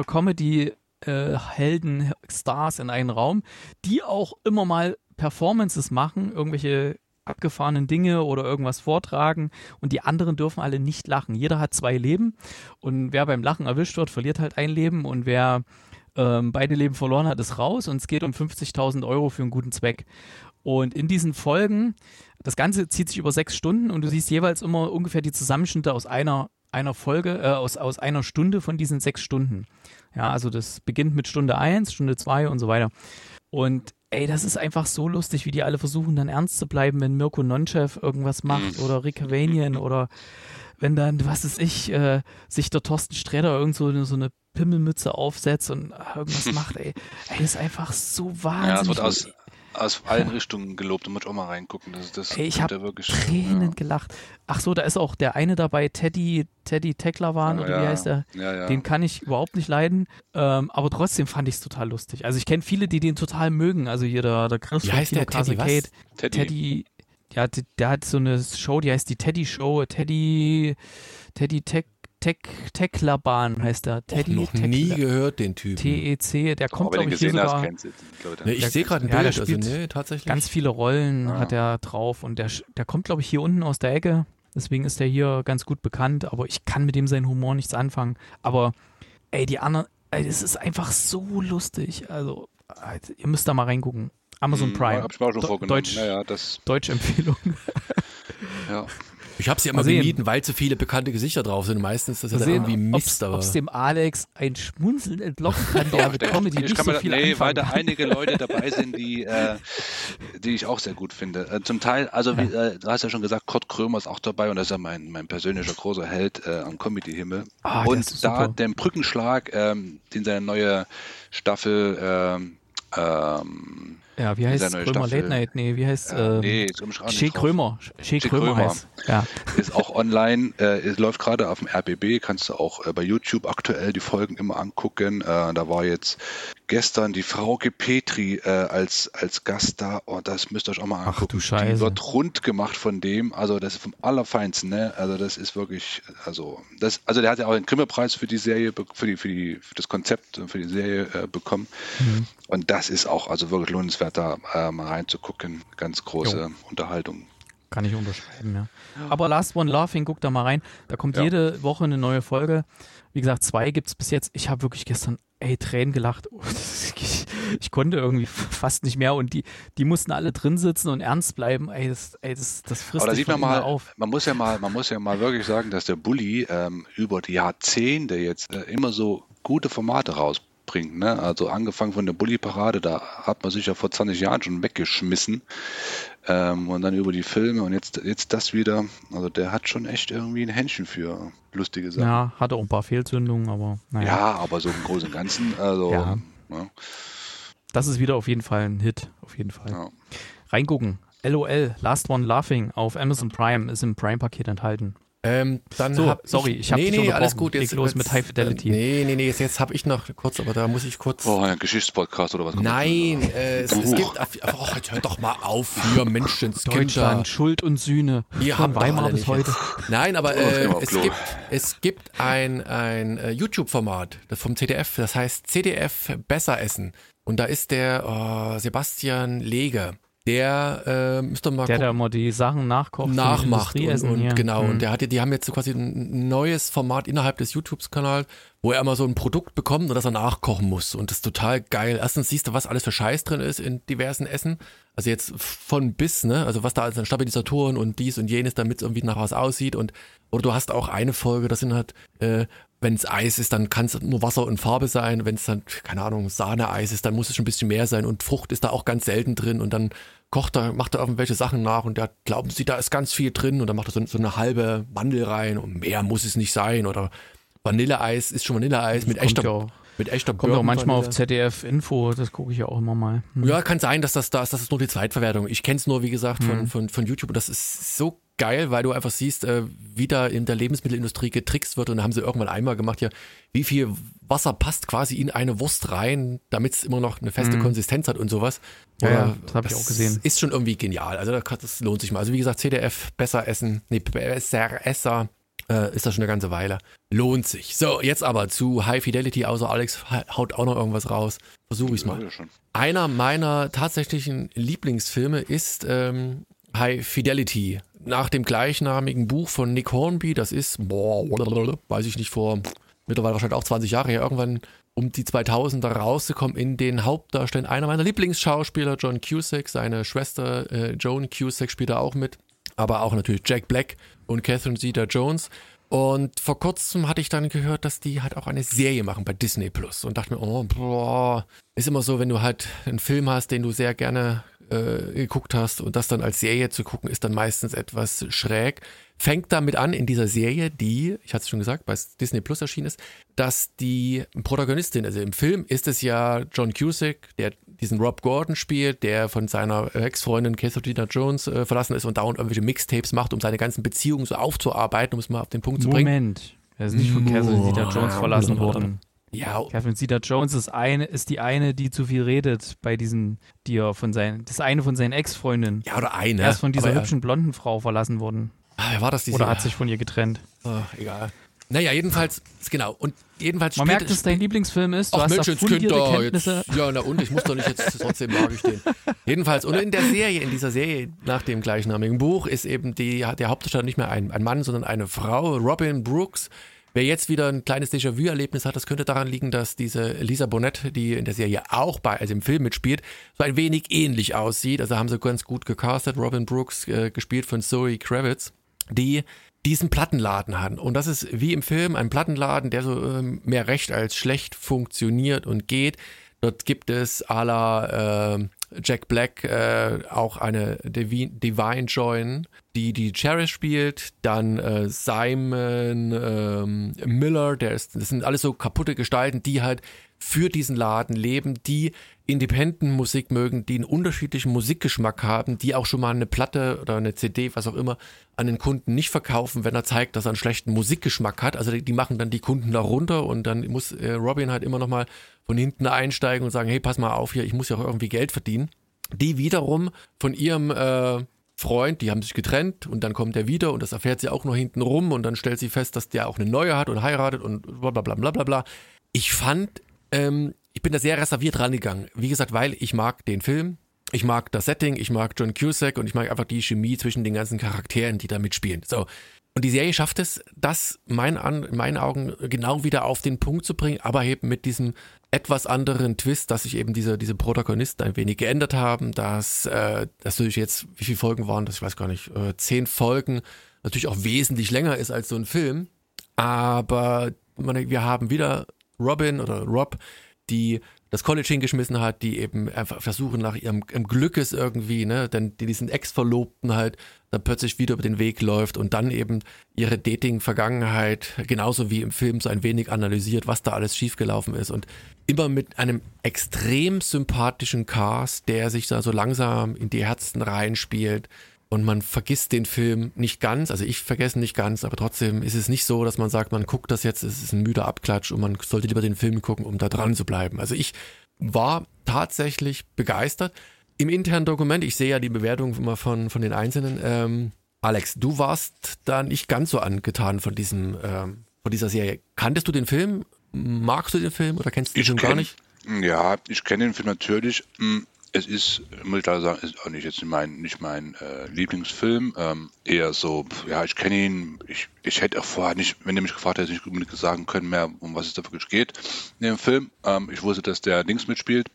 B: Comedy-Helden, Stars in einen Raum, die auch immer mal Performances machen, irgendwelche abgefahrenen Dinge oder irgendwas vortragen und die anderen dürfen alle nicht lachen. Jeder hat 2 Leben und wer beim Lachen erwischt wird, verliert halt ein Leben und wer beide Leben verloren hat, ist raus und es geht um 50.000 € für einen guten Zweck. Und in diesen Folgen, das Ganze zieht sich über 6 Stunden und du siehst jeweils immer ungefähr die Zusammenschnitte aus einer Folge, aus einer Stunde von diesen 6 Stunden. Ja, also das beginnt mit Stunde 1, Stunde 2 und so weiter. Und das ist einfach so lustig, wie die alle versuchen, dann ernst zu bleiben, wenn Mirko Nonchev irgendwas macht oder Rick Cavanian oder wenn dann, was weiß ich, sich der Thorsten Sträter irgend so eine Pimmelmütze aufsetzt und irgendwas macht, das ist einfach so wahnsinnig.
C: Ja, es wird aus allen Richtungen gelobt, da muss ich auch mal reingucken.
B: Ich habe Tränen gelacht. Ach so, da ist auch der eine dabei, Teddy Teklavan, oder wie heißt der?
C: Ja.
B: Den kann ich überhaupt nicht leiden, aber trotzdem fand ich es total lustig. Also ich kenne viele, die den total mögen, also hier der Chris
A: wie heißt der Teddy,
B: Kate, Teddy, ja, der hat so eine Show, die heißt die Teddy Show, Teddy Teklaban heißt der. Teddy
A: noch nie gehört, den Typen.
B: TEC, der kommt, glaube ich, hier sogar...
A: Ich sehe gerade ein Bild, also tatsächlich.
B: Ganz viele Rollen hat er drauf und der kommt, glaube ich, hier unten aus der Ecke, deswegen ist der hier ganz gut bekannt, aber ich kann mit dem seinen Humor nichts anfangen. Aber, die anderen, es ist einfach so lustig, also, ihr müsst da mal reingucken. Amazon Prime.
C: Hab ich mir auch schon vorgenommen.
B: Deutsch-Empfehlung.
C: Ja.
A: Ich habe sie immer gemieden, weil zu viele bekannte Gesichter drauf sind. Meistens ist das ja irgendwie Mist.
B: Ob es dem Alex ein Schmunzeln entlocken kann, der mit Comedy nicht so viel anfangen
C: weil da einige Leute dabei sind, die ich auch sehr gut finde. Zum Teil, also du hast ja schon gesagt, Kurt Krömer ist auch dabei und das ist ja mein persönlicher großer Held am Comedy-Himmel. Und da den Brückenschlag, den seine neue Staffel
B: wie heißt Krömer Late Night? Nee, wie heißt Shea Krömer. Shea Krömer heißt. Ja.
C: Ist auch online, es läuft gerade auf dem RBB, kannst du auch bei YouTube aktuell die Folgen immer angucken. Da war jetzt gestern die Frauke Petri als Gast da und das müsst ihr euch auch mal angucken.
B: Ach du Scheiße.
C: Die wird rund gemacht von dem, also das ist vom Allerfeinsten, ne? Also das ist wirklich, also der hat ja auch den Grimme-Preis für die Serie, für das Konzept und für die Serie bekommen. Mhm. Und das ist auch also wirklich lohnenswert, da mal reinzugucken. Ganz große Unterhaltung.
B: Kann ich unterschreiben, ja. Aber Last One Laughing, guck da mal rein. Da kommt jede Woche eine neue Folge. Wie gesagt, 2 gibt es bis jetzt. Ich habe wirklich gestern Tränen gelacht. Ich konnte irgendwie fast nicht mehr und die mussten alle drin sitzen und ernst bleiben. Das frisst
C: Aber da sieht man mal
B: auf.
C: Man muss ja mal wirklich sagen, dass der Bully über die Jahrzehnte jetzt immer so gute Formate rausbringt. Ne? Also angefangen von der Bully-Parade, da hat man sich ja vor 20 Jahren schon weggeschmissen und dann über die Filme und jetzt das wieder. Also der hat schon echt irgendwie ein Händchen für lustige Sachen.
B: Ja, hatte auch ein paar Fehlzündungen, aber naja.
C: Ja, aber so im Großen und Ganzen, also...
B: Ja.
C: Ja.
B: das ist wieder auf jeden Fall ein Hit, auf jeden Fall.
C: Ja.
B: Reingucken. LOL, Last One Laughing auf Amazon Prime ist im Prime-Paket enthalten.
A: Dann
B: sorry, ich habe dich
A: Nee,
B: unterbrochen.
A: alles gut.
B: Leg los mit High Fidelity.
A: Nee, jetzt habe ich noch kurz, aber da muss ich kurz...
C: Oh, ein Geschichtspodcast oder was?
A: Nein, es gibt... jetzt hör doch mal auf hier, Menschenskinder.
B: Deutschland, Schuld und Sühne.
A: Ihr
B: Von
A: habt
B: Weimar bis heute.
A: Nein, aber
C: auf Klo.
A: es gibt ein YouTube-Format vom ZDF, das heißt ZDF Besser Essen. Und da ist der Sebastian Lege. Der müsste mal
B: der immer die Sachen nachmacht
A: und genau, und die haben jetzt so quasi ein neues Format innerhalb des YouTube-Kanals, wo er immer so ein Produkt bekommt und das er nachkochen muss, und das ist total geil. Erstens siehst du, was alles für Scheiß drin ist in diversen Essen, also jetzt von bis, ne, also was da alles an Stabilisatoren und dies und jenes, damit es irgendwie nach was aussieht, oder du hast auch eine Folge, das sind halt wenn es Eis ist, dann kann es nur Wasser und Farbe sein. Wenn es dann, keine Ahnung, Sahne-Eis ist, dann muss es schon ein bisschen mehr sein. Und Frucht ist da auch ganz selten drin. Und dann macht er irgendwelche Sachen nach und da glauben sie, da ist ganz viel drin. Und dann macht er so eine halbe Mandel rein und mehr muss es nicht sein. Oder Vanilleeis ist schon Vanilleeis mit echter
B: Kommt auch manchmal auf ZDF Info, das gucke ich ja auch immer mal.
A: Ja, kann sein, dass das ist nur die Zweitverwertung. Ich kenne es nur, wie gesagt, von YouTube. Und das ist so geil, weil du einfach siehst, wie da in der Lebensmittelindustrie getrickst wird. Und da haben sie irgendwann einmal gemacht, ja, wie viel Wasser passt quasi in eine Wurst rein, damit es immer noch eine feste Konsistenz hat und sowas.
B: Ja, das habe ich auch gesehen.
A: Ist schon irgendwie genial. Also das lohnt sich mal. Also wie gesagt, ZDF, besser essen, besser Esser. Ist das schon eine ganze Weile. Lohnt sich. So, jetzt aber zu High Fidelity, außer Alex haut auch noch irgendwas raus. Versuche ich es mal. Einer meiner tatsächlichen Lieblingsfilme ist High Fidelity. Nach dem gleichnamigen Buch von Nick Hornby, das ist, weiß ich nicht, vor mittlerweile wahrscheinlich auch 20 Jahre her, irgendwann um die 2000er rausgekommen, in den Hauptdarstellern einer meiner Lieblingsschauspieler, John Cusack, seine Schwester Joan Cusack spielt da auch mit, aber auch natürlich Jack Black und Catherine Zeta-Jones. Und vor kurzem hatte ich dann gehört, dass die halt auch eine Serie machen bei Disney Plus und dachte mir, ist immer so, wenn du halt einen Film hast, den du sehr gerne geguckt hast und das dann als Serie zu gucken, ist dann meistens etwas schräg. Fängt damit an in dieser Serie, die, ich hatte es schon gesagt, bei Disney Plus erschienen ist, dass die Protagonistin, also im Film ist es ja John Cusack, der diesen Rob Gordon spielt, der von seiner Ex-Freundin Catherine Zeta-Jones verlassen ist und dauernd irgendwelche Mixtapes macht, um seine ganzen Beziehungen so aufzuarbeiten, um es mal auf den Punkt zu bringen.
B: Moment, er ist nicht von Catherine Zeta-Jones verlassen worden.
A: Ja.
B: Catherine Zeta-Jones ist die eine, die zu viel redet bei diesen, das ist eine von seinen Ex-Freundinnen.
A: Ja, oder eine.
B: Er ist von dieser hübschen blonden Frau verlassen worden.
A: Wer war das?
B: Oder hat sich von ihr getrennt.
A: Egal. Naja, jedenfalls, genau. Und jedenfalls
B: man merkt, dass es dein Lieblingsfilm ist. Du hast da fundierte Kenntnisse.
A: Ja, na und? Ich muss doch nicht jetzt, trotzdem mag ich den. Jedenfalls, und in dieser Serie nach dem gleichnamigen Buch ist eben der Hauptdarsteller nicht mehr ein Mann, sondern eine Frau, Robin Brooks. Wer jetzt wieder ein kleines Déjà-vu-Erlebnis hat, das könnte daran liegen, dass diese Lisa Bonet, die in der Serie auch also im Film mitspielt, so ein wenig ähnlich aussieht. Also haben sie ganz gut gecastet. Robin Brooks, gespielt von Zoe Kravitz, die diesen Plattenladen hat. Und das ist wie im Film ein Plattenladen, der so mehr recht als schlecht funktioniert und geht. Dort gibt es à la Jack Black auch eine Divine Joy, die Cherish spielt, dann Simon Miller, das sind alles so kaputte Gestalten, die halt für diesen Laden leben, die Independent-Musik mögen, die einen unterschiedlichen Musikgeschmack haben, die auch schon mal eine Platte oder eine CD, was auch immer, an den Kunden nicht verkaufen, wenn er zeigt, dass er einen schlechten Musikgeschmack hat. Also die machen dann die Kunden da runter und dann muss Robin halt immer noch mal von hinten einsteigen und sagen, hey, pass mal auf hier, ich muss ja auch irgendwie Geld verdienen. Die wiederum von ihrem Freund, die haben sich getrennt und dann kommt er wieder und das erfährt sie auch nur hinten rum und dann stellt sie fest, dass der auch eine neue hat und heiratet und blablabla. Bla bla bla. Ich fand, ich bin da sehr reserviert rangegangen. Wie gesagt, weil ich mag den Film, ich mag das Setting, ich mag John Cusack und ich mag einfach die Chemie zwischen den ganzen Charakteren, die da mitspielen. So. Und die Serie schafft es, das in meinen Augen genau wieder auf den Punkt zu bringen, aber eben mit diesem etwas anderen Twist, dass sich eben diese Protagonisten ein wenig geändert haben, dass natürlich jetzt, wie viele Folgen waren das? Ich weiß gar nicht, 10 Folgen, natürlich auch wesentlich länger ist als so ein Film, aber wir haben wieder Robin oder Rob, die das College hingeschmissen hat, die eben einfach versuchen nach ihrem Glückes irgendwie, ne, denn die diesen Ex-Verlobten halt dann plötzlich wieder über den Weg läuft und dann eben ihre Dating-Vergangenheit genauso wie im Film so ein wenig analysiert, was da alles schiefgelaufen ist und immer mit einem extrem sympathischen Cast, der sich da so langsam in die Herzen reinspielt. Und man vergisst den Film nicht ganz, also ich vergesse ihn nicht ganz, aber trotzdem ist es nicht so, dass man sagt, man guckt das jetzt, es ist ein müder Abklatsch und man sollte lieber den Film gucken, um da dran zu bleiben. Also ich war tatsächlich begeistert. Im internen Dokument, ich sehe ja die Bewertung immer von den Einzelnen, Alex, du warst da nicht ganz so angetan von dieser Serie. Kanntest du den Film? Magst du den Film oder kennst du den Film gar nicht?
C: Ja, ich kenne den Film natürlich. Es ist, muss ich leider sagen, ist auch nicht jetzt nicht mein Lieblingsfilm. Eher so, ja, ich kenne ihn. Ich hätte auch vorher nicht, wenn ihr mich gefragt hättet, nicht unbedingt sagen können mehr, um was es da wirklich geht in dem Film. Ich wusste, dass der Dings mitspielt.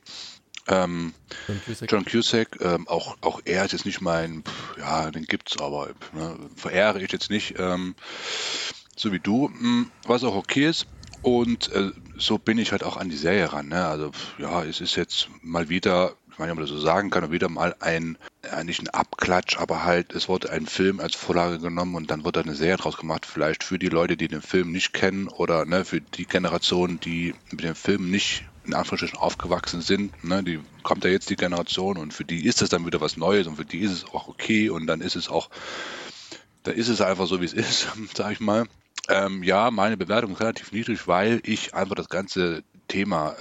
C: John Cusack. Auch er ist jetzt nicht mein, ja, den gibt's, aber verehre ich jetzt nicht, so wie du, was auch okay ist. Und so bin ich halt auch an die Serie ran. Ne? Also ja, es ist jetzt mal wieder, ich weiß nicht, ob man das so sagen kann, wieder mal nicht ein Abklatsch, aber halt, es wurde ein Film als Vorlage genommen und dann wird da eine Serie draus gemacht, vielleicht für die Leute, die den Film nicht kennen oder ne, für die Generation, die mit dem Film nicht in Anführungsstrichen aufgewachsen sind, ne, die kommt ja jetzt die Generation und für die ist es dann wieder was Neues und für die ist es auch okay und dann ist es einfach so, wie es ist, sag ich mal. Ja, meine Bewertung ist relativ niedrig, weil ich einfach das ganze Thema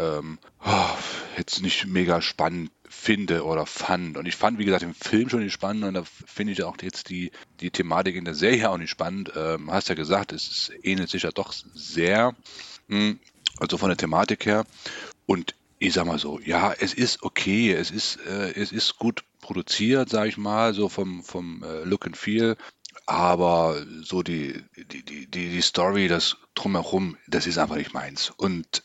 C: jetzt nicht mega spannend finde oder fand. Und ich fand, wie gesagt, den Film schon nicht spannend und da finde ich auch jetzt die Thematik in der Serie auch nicht spannend. Hast ja gesagt, es ähnelt sich ja doch sehr, also von der Thematik her. Und ich sag mal so, ja, es ist okay, es ist gut produziert, sag ich mal, so vom Look and Feel. Aber so die Story, das Drumherum, das ist einfach nicht meins. Und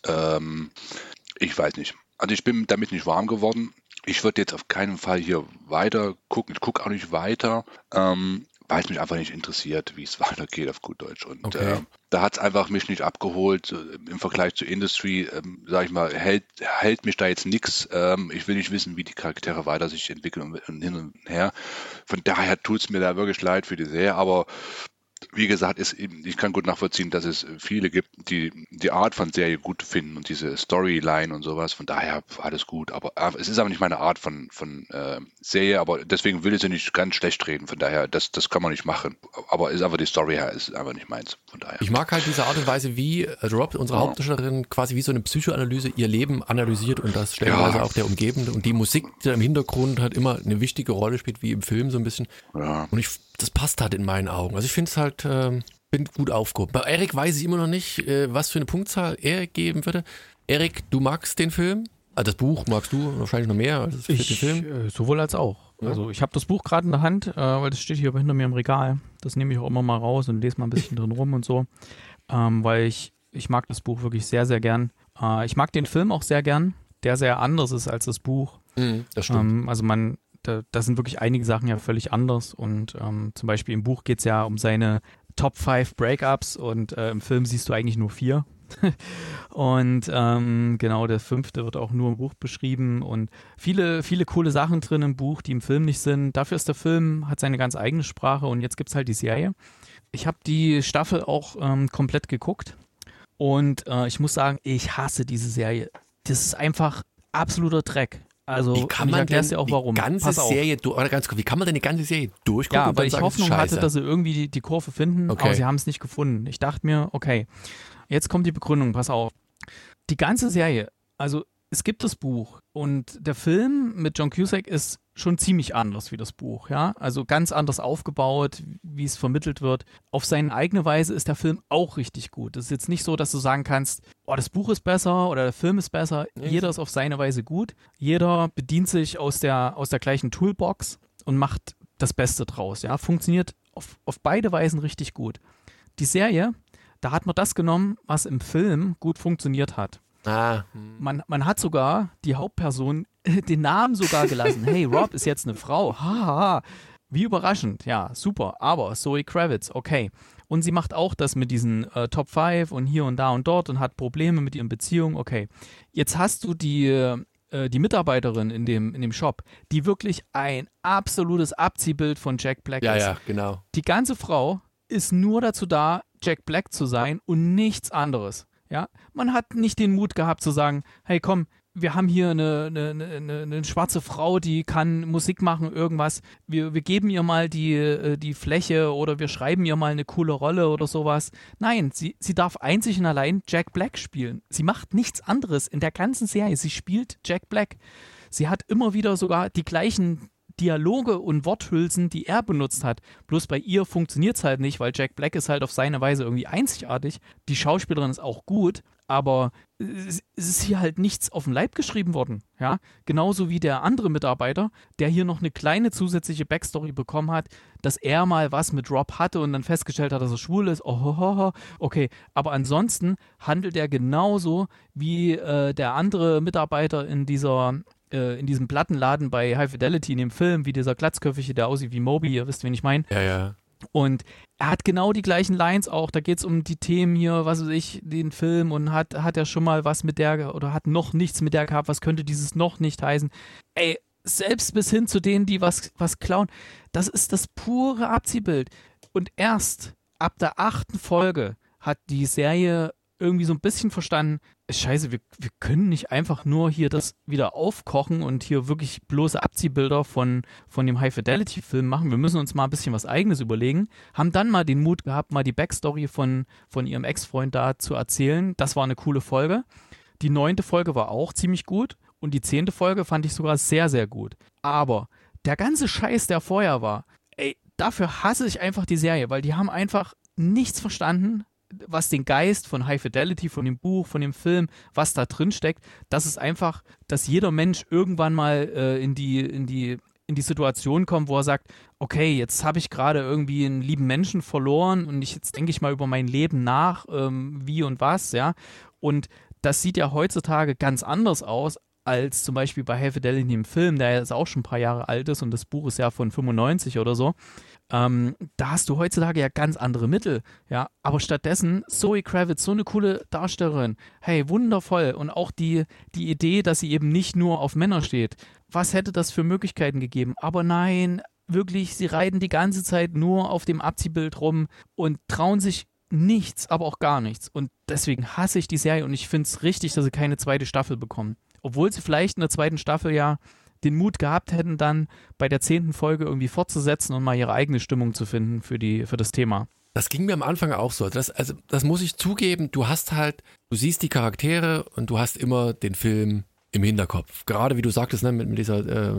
C: ich weiß nicht. Also ich bin damit nicht warm geworden. Ich würde jetzt auf keinen Fall hier weiter gucken. Ich gucke auch nicht weiter, weil es mich einfach nicht interessiert, wie es weitergeht auf gut Deutsch. Und
A: okay.
C: Da hat es einfach mich nicht abgeholt. Im Vergleich zur Industry, sage ich mal, hält mich da jetzt nichts. Ich will nicht wissen, wie die Charaktere weiter sich entwickeln und hin und her. Von daher tut es mir da wirklich leid für die Serie, aber wie gesagt, ich kann gut nachvollziehen, dass es viele gibt, die die Art von Serie gut finden und diese Storyline und sowas. Von daher alles gut. Aber es ist aber nicht meine Art von Serie, aber deswegen will ich sie nicht ganz schlecht reden. Von daher, das kann man nicht machen. Aber ist einfach die Story her, ist einfach nicht meins. Von daher.
A: Ich mag halt diese Art und Weise, wie Rob, unsere Hauptdarstellerin, quasi wie so eine Psychoanalyse ihr Leben analysiert und das stellenweise auch der Umgebende. Und die Musik, die da im Hintergrund halt immer eine wichtige Rolle spielt, wie im Film so ein bisschen. Ja. Und das passt halt in meinen Augen. Also ich finde es halt, bin gut aufgehoben. Bei Erik weiß ich immer noch nicht, was für eine Punktzahl er geben würde. Erik, du magst den Film? Also das Buch magst du wahrscheinlich noch mehr als den Film?
B: Sowohl als auch. Ja. Also ich habe das Buch gerade in der Hand, weil das steht hier hinter mir im Regal. Das nehme ich auch immer mal raus und lese mal ein bisschen drin rum und so. Weil ich mag das Buch wirklich sehr, sehr gern. Ich mag den Film auch sehr gern, der sehr anders ist als das Buch.
A: Das stimmt.
B: Also da sind wirklich einige Sachen ja völlig anders und zum Beispiel im Buch geht es ja um seine Top 5 Breakups und im Film siehst du eigentlich nur 4. Und genau, der 5. wird auch nur im Buch beschrieben und viele, viele coole Sachen drin im Buch, die im Film nicht sind. Dafür ist der Film, hat seine ganz eigene Sprache und jetzt gibt es halt die Serie. Ich habe die Staffel auch komplett geguckt und ich muss sagen, ich hasse diese Serie. Das ist einfach absoluter Dreck. Also,
A: wie kann man
B: erklär's dir auch warum.
A: Wie kann man denn die ganze Serie durchgucken?
B: Ja, weil ich Hoffnung hatte, dass sie irgendwie die Kurve finden, aber sie haben es nicht gefunden. Ich dachte mir, okay, jetzt kommt die Begründung, pass auf. Die ganze Serie, also es gibt das Buch und der Film mit John Cusack ist schon ziemlich anders wie das Buch, ja, also ganz anders aufgebaut, wie es vermittelt wird. Auf seine eigene Weise ist der Film auch richtig gut. Es ist jetzt nicht so, dass du sagen kannst, oh, das Buch ist besser oder der Film ist besser. Jeder ist auf seine Weise gut. Jeder bedient sich aus der gleichen Toolbox und macht das Beste draus, ja. Funktioniert auf beide Weisen richtig gut. Die Serie, da hat man das genommen, was im Film gut funktioniert hat. Man hat sogar die Hauptperson den Namen sogar gelassen. Hey, Rob ist jetzt eine Frau. Haha. Wie überraschend. Ja, super. Aber Zoe Kravitz, okay. Und sie macht auch das mit diesen Top 5 und hier und da und dort und hat Probleme mit ihren Beziehungen. Okay, jetzt hast du die Mitarbeiterin in dem Shop, die wirklich ein absolutes Abziehbild von Jack Black ist.
A: Ja, genau.
B: Die ganze Frau ist nur dazu da, Jack Black zu sein und nichts anderes. Ja? Man hat nicht den Mut gehabt zu sagen, hey komm, wir haben hier eine schwarze Frau, die kann Musik machen, irgendwas. Wir geben ihr mal die Fläche oder wir schreiben ihr mal eine coole Rolle oder sowas. Nein, sie darf einzig und allein Jack Black spielen. Sie macht nichts anderes in der ganzen Serie. Sie spielt Jack Black. Sie hat immer wieder sogar die gleichen Dialoge und Worthülsen, die er benutzt hat. Bloß bei ihr funktioniert es halt nicht, weil Jack Black ist halt auf seine Weise irgendwie einzigartig. Die Schauspielerin ist auch gut, aber es ist hier halt nichts auf den Leib geschrieben worden. Ja? Genauso wie der andere Mitarbeiter, der hier noch eine kleine zusätzliche Backstory bekommen hat, dass er mal was mit Rob hatte und dann festgestellt hat, dass er schwul ist. Okay, aber ansonsten handelt er genauso wie der andere Mitarbeiter in diesem Plattenladen bei High Fidelity in dem Film, wie dieser Glatzköpfige, der aussieht wie Moby, ihr wisst, wen ich meine.
A: Ja.
B: Und er hat genau die gleichen Lines auch, da geht es um die Themen hier, was weiß ich, den Film und hat er schon mal was mit der, oder hat noch nichts mit der gehabt, was könnte dieses noch nicht heißen. Ey, selbst bis hin zu denen, die was klauen, das ist das pure Abziehbild. Und erst ab der 8. Folge hat die Serie irgendwie so ein bisschen verstanden, scheiße, wir können nicht einfach nur hier das wieder aufkochen und hier wirklich bloße Abziehbilder von dem High-Fidelity-Film machen. Wir müssen uns mal ein bisschen was Eigenes überlegen. Haben dann mal den Mut gehabt, mal die Backstory von ihrem Ex-Freund da zu erzählen. Das war eine coole Folge. Die 9. Folge war auch ziemlich gut und die 10. Folge fand ich sogar sehr, sehr gut. Aber der ganze Scheiß, der vorher war, ey, dafür hasse ich einfach die Serie, weil die haben einfach nichts verstanden, was den Geist von High Fidelity, von dem Buch, von dem Film, was da drin steckt. Das ist einfach, dass jeder Mensch irgendwann mal in die Situation kommt, wo er sagt, okay, jetzt habe ich gerade irgendwie einen lieben Menschen verloren und jetzt denke ich mal über mein Leben nach, wie und was, ja. Und das sieht ja heutzutage ganz anders aus, als zum Beispiel bei High Fidelity im Film, der jetzt auch schon ein paar Jahre alt ist und das Buch ist ja von 95 oder so. Da hast du heutzutage ja ganz andere Mittel, ja, aber stattdessen Zoe Kravitz, so eine coole Darstellerin, hey, wundervoll und auch die Idee, dass sie eben nicht nur auf Männer steht, was hätte das für Möglichkeiten gegeben, aber nein, wirklich, sie reiten die ganze Zeit nur auf dem Abziehbild rum und trauen sich nichts, aber auch gar nichts und deswegen hasse ich die Serie und ich finde es richtig, dass sie keine zweite Staffel bekommen, obwohl sie vielleicht in der zweiten Staffel ja den Mut gehabt hätten, dann bei der 10. Folge irgendwie fortzusetzen und mal ihre eigene Stimmung zu finden für das Thema.
A: Das ging mir am Anfang auch so. Das muss ich zugeben, du siehst die Charaktere und du hast immer den Film im Hinterkopf. Gerade wie du sagtest, ne, mit dieser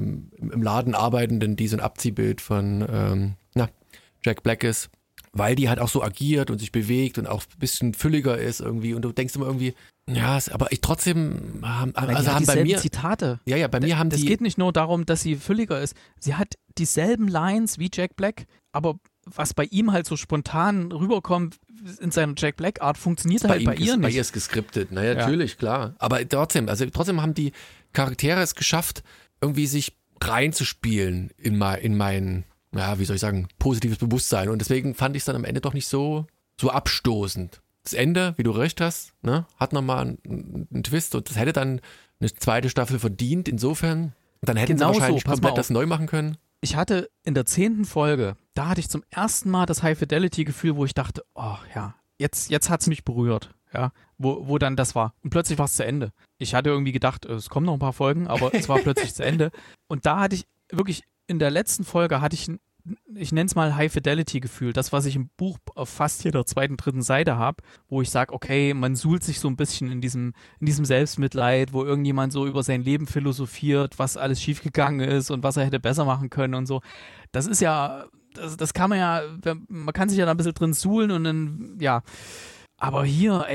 A: im Laden arbeitenden, die so ein Abziehbild von Jack Black ist, weil die halt auch so agiert und sich bewegt und auch ein bisschen fülliger ist irgendwie und du denkst immer irgendwie, ja, aber trotzdem haben bei mir
B: Zitate.
A: Ja, bei mir haben die.
B: Es geht nicht nur darum, dass sie fülliger ist. Sie hat dieselben Lines wie Jack Black, aber was bei ihm halt so spontan rüberkommt in seiner Jack Black Art, funktioniert halt bei ihr nicht.
A: Bei ihr ist geskriptet, naja, natürlich, klar. Aber trotzdem haben die Charaktere es geschafft, irgendwie sich reinzuspielen in mein, ja, wie soll ich sagen, positives Bewusstsein. Und deswegen fand ich es dann am Ende doch nicht so abstoßend. Das Ende, wie du recht hast, ne, hat nochmal einen Twist und das hätte dann eine zweite Staffel verdient. Insofern, dann hätten sie wahrscheinlich komplett das neu machen können.
B: Ich hatte in der 10. Folge, da hatte ich zum ersten Mal das High-Fidelity-Gefühl, wo ich dachte, oh ja, jetzt hat es mich berührt, ja, wo dann das war. Und plötzlich war es zu Ende. Ich hatte irgendwie gedacht, es kommen noch ein paar Folgen, aber es war plötzlich zu Ende. Und da hatte ich wirklich, in der letzten Folge hatte ich nenne es mal High-Fidelity-Gefühl, das, was ich im Buch auf fast jeder 2., 3. Seite habe, wo ich sage, okay, man suhlt sich so ein bisschen in diesem Selbstmitleid, wo irgendjemand so über sein Leben philosophiert, was alles schiefgegangen ist und was er hätte besser machen können und so. Das ist ja, das kann man ja, man kann sich ja da ein bisschen drin suhlen und dann, ja. Aber hier,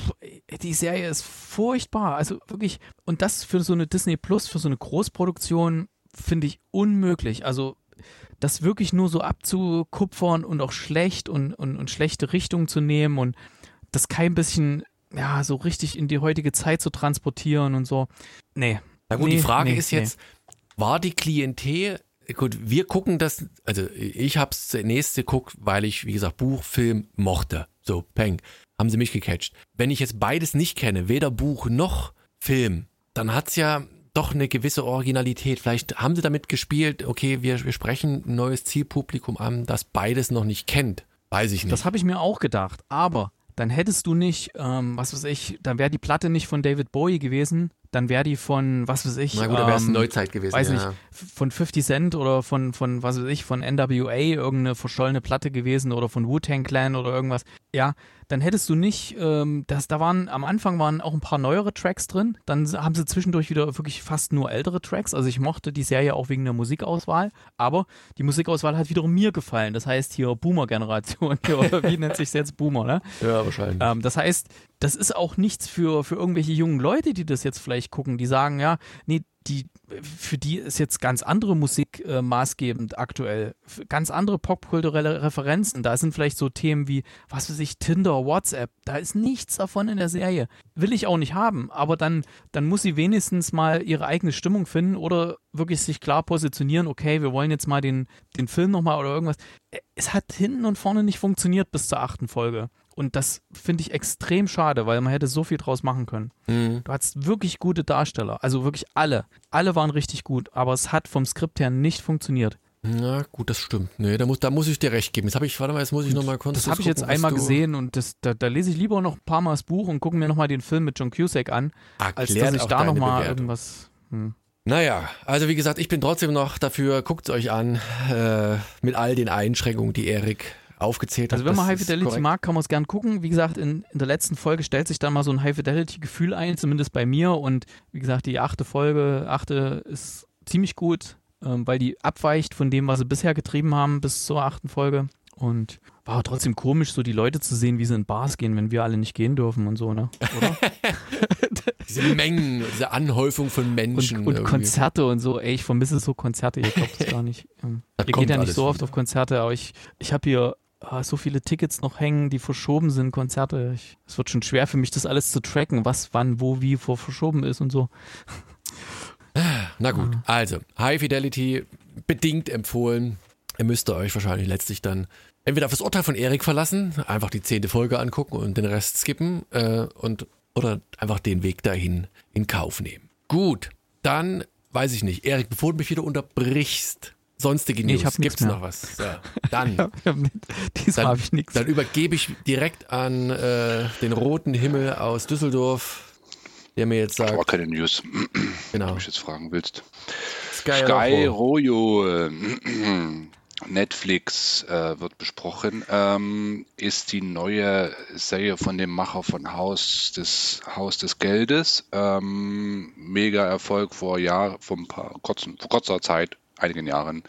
B: die Serie ist furchtbar, also wirklich, und das für so eine Disney Plus, für so eine Großproduktion, finde ich unmöglich, also das wirklich nur so abzukupfern und auch schlecht und schlechte Richtung zu nehmen und das kein bisschen, ja, so richtig in die heutige Zeit zu transportieren und so. Nee.
A: Na gut, die Frage ist jetzt, war die Klientel gut, wir gucken das, also ich habe es zunächst geguckt, weil ich, wie gesagt, Buch, Film mochte. So, peng, haben sie mich gecatcht. Wenn ich jetzt beides nicht kenne, weder Buch noch Film, dann hat's ja doch eine gewisse Originalität. Vielleicht haben sie damit gespielt, okay, wir sprechen ein neues Zielpublikum an, das beides noch nicht kennt. Weiß ich nicht.
B: Das habe ich mir auch gedacht, aber dann hättest du nicht, was weiß ich, dann wäre die Platte nicht von David Bowie gewesen, dann wäre die von, was weiß ich,
A: na gut, da wäre es Neuzeit gewesen.
B: Weiß nicht, von 50 Cent oder von, was weiß ich, von NWA irgendeine verschollene Platte gewesen oder von Wu-Tang Clan oder irgendwas. Ja, dann hättest du nicht, am Anfang waren auch ein paar neuere Tracks drin, dann haben sie zwischendurch wieder wirklich fast nur ältere Tracks, also ich mochte die Serie auch wegen der Musikauswahl, aber die Musikauswahl hat wiederum mir gefallen, das heißt hier Boomer-Generation, wie nennt sich jetzt Boomer, ne?
A: Ja, wahrscheinlich.
B: Das heißt, das ist auch nichts für irgendwelche jungen Leute, die das jetzt vielleicht gucken, die sagen, ja, nee, für die ist jetzt ganz andere Musik maßgebend aktuell, ganz andere popkulturelle Referenzen. Da sind vielleicht so Themen wie, was weiß ich, Tinder, WhatsApp. Da ist nichts davon in der Serie. Will ich auch nicht haben, aber dann muss sie wenigstens mal ihre eigene Stimmung finden oder wirklich sich klar positionieren, okay, wir wollen jetzt mal den Film nochmal oder irgendwas. Es hat hinten und vorne nicht funktioniert bis zur 8. Folge. Und das finde ich extrem schade, weil man hätte so viel draus machen können. Mhm. Du hattest wirklich gute Darsteller, also wirklich alle. Alle waren richtig gut, aber es hat vom Skript her nicht funktioniert.
A: Na gut, das stimmt. Nee, da muss ich dir recht geben. Jetzt muss ich nochmal kurz.
B: Das habe ich jetzt einmal gesehen und da lese ich lieber noch ein paar Mal das Buch und gucke mir nochmal den Film mit John Cusack an, als dass ich da nochmal irgendwas...
A: Naja, also wie gesagt, ich bin trotzdem noch dafür, guckt es euch an, mit all den Einschränkungen, die Erik aufgezählt hat.
B: Also wenn man High Fidelity mag, kann man es gern gucken. Wie gesagt, in der letzten Folge stellt sich dann mal so ein High Fidelity Gefühl ein, zumindest bei mir. Und wie gesagt, die 8. Folge ist ziemlich gut, weil die abweicht von dem, was sie bisher getrieben haben bis zur 8. Folge. Und war trotzdem komisch, so die Leute zu sehen, wie sie in Bars gehen, wenn wir alle nicht gehen dürfen und so, ne? Oder?
A: Diese Mengen, diese Anhäufung von Menschen.
B: Und Konzerte und so. Ey, ich vermisse so Konzerte, ihr glaubt es gar nicht. Ihr geht ja nicht so oft auf Konzerte, aber ich habe hier so viele Tickets noch hängen, die verschoben sind, Konzerte. Es wird schon schwer für mich, das alles zu tracken, was, wann, wo, wie verschoben ist und so.
A: Na gut, also High Fidelity bedingt empfohlen. Ihr müsst euch wahrscheinlich letztlich dann entweder auf das Urteil von Erik verlassen, einfach die 10. Folge angucken und den Rest skippen oder einfach den Weg dahin in Kauf nehmen. Gut, dann weiß ich nicht. Erik, bevor du mich wieder unterbrichst, sonstige News, gibt's noch was? So, dann
B: diesmal habe ich nichts.
A: Dann übergebe ich direkt an den roten Himmel aus Düsseldorf, der mir jetzt sagt...
C: Aber keine News,
A: genau.
C: wenn du mich jetzt fragen willst.
A: Sky
C: Royo, Netflix wird besprochen, ist die neue Serie von dem Macher von Haus des Geldes. Mega Erfolg vor kurzer Zeit, einigen Jahren.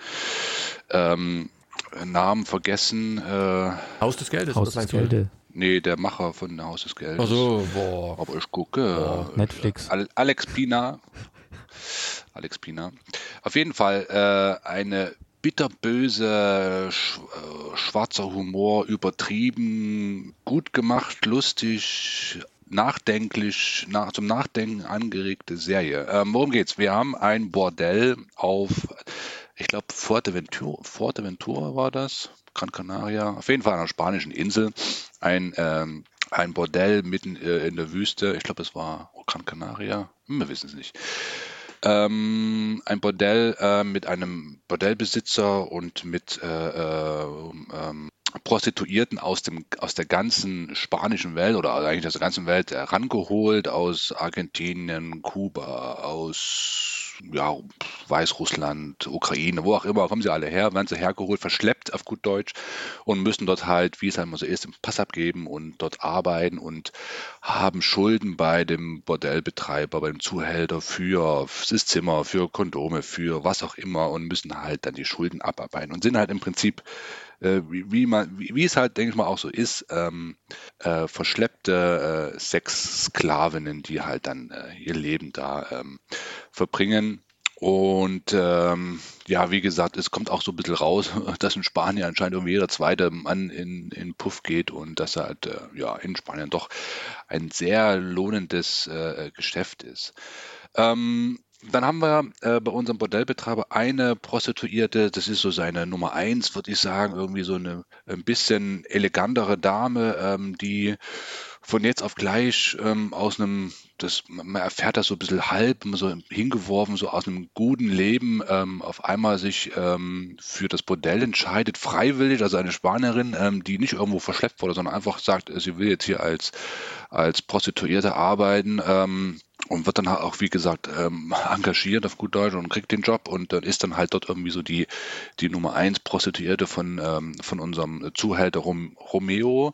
C: Namen vergessen.
A: Haus des Geldes?
B: Haus des Geldes.
C: Nee, der Macher von Haus des Geldes.
A: Ach so, boah.
C: Aber ich gucke.
B: Netflix.
C: Alex Pina. Auf jeden Fall eine bitterböse, schwarzer Humor, übertrieben, gut gemacht, lustig, nachdenklich, zum Nachdenken angeregte Serie. Worum geht's? Wir haben ein Bordell auf, ich glaube, Fuerteventura war das, Gran Canaria, auf jeden Fall an einer spanischen Insel. Ein Bordell mitten in der Wüste, ich glaube, es war Gran Canaria, wir wissen es nicht. Ein Bordell mit einem Bordellbesitzer und mit Prostituierten aus der ganzen spanischen Welt oder eigentlich aus der ganzen Welt herangeholt, aus Argentinien, Kuba, aus Weißrussland, Ukraine, wo auch immer, kommen sie alle her, werden sie hergeholt, verschleppt auf gut Deutsch und müssen dort halt, wie es halt mal so ist, den Pass abgeben und dort arbeiten und haben Schulden bei dem Bordellbetreiber, beim Zuhälter für das Zimmer, für Kondome, für was auch immer und müssen halt dann die Schulden abarbeiten und sind halt im Prinzip wie es halt, denke ich mal, auch so ist, verschleppte Sexsklavinnen, die halt dann ihr Leben da verbringen. Und wie gesagt, es kommt auch so ein bisschen raus, dass in Spanien anscheinend irgendwie jeder zweite Mann in Puff geht und dass halt in Spanien doch ein sehr lohnendes Geschäft ist. Dann haben wir bei unserem Bordellbetreiber eine Prostituierte, das ist so seine Nummer eins, würde ich sagen, irgendwie so eine ein bisschen elegantere Dame, die von jetzt auf gleich aus einem, man erfährt das so ein bisschen halb, so hingeworfen, so aus einem guten Leben, auf einmal sich für das Bordell entscheidet, freiwillig, also eine Spanierin, die nicht irgendwo verschleppt wurde, sondern einfach sagt, sie will jetzt hier als Prostituierte arbeiten. Und wird dann halt auch, wie gesagt, engagiert auf gut Deutsch und kriegt den Job und dann ist dann halt dort irgendwie so die Nummer eins Prostituierte von unserem Zuhälter Romeo.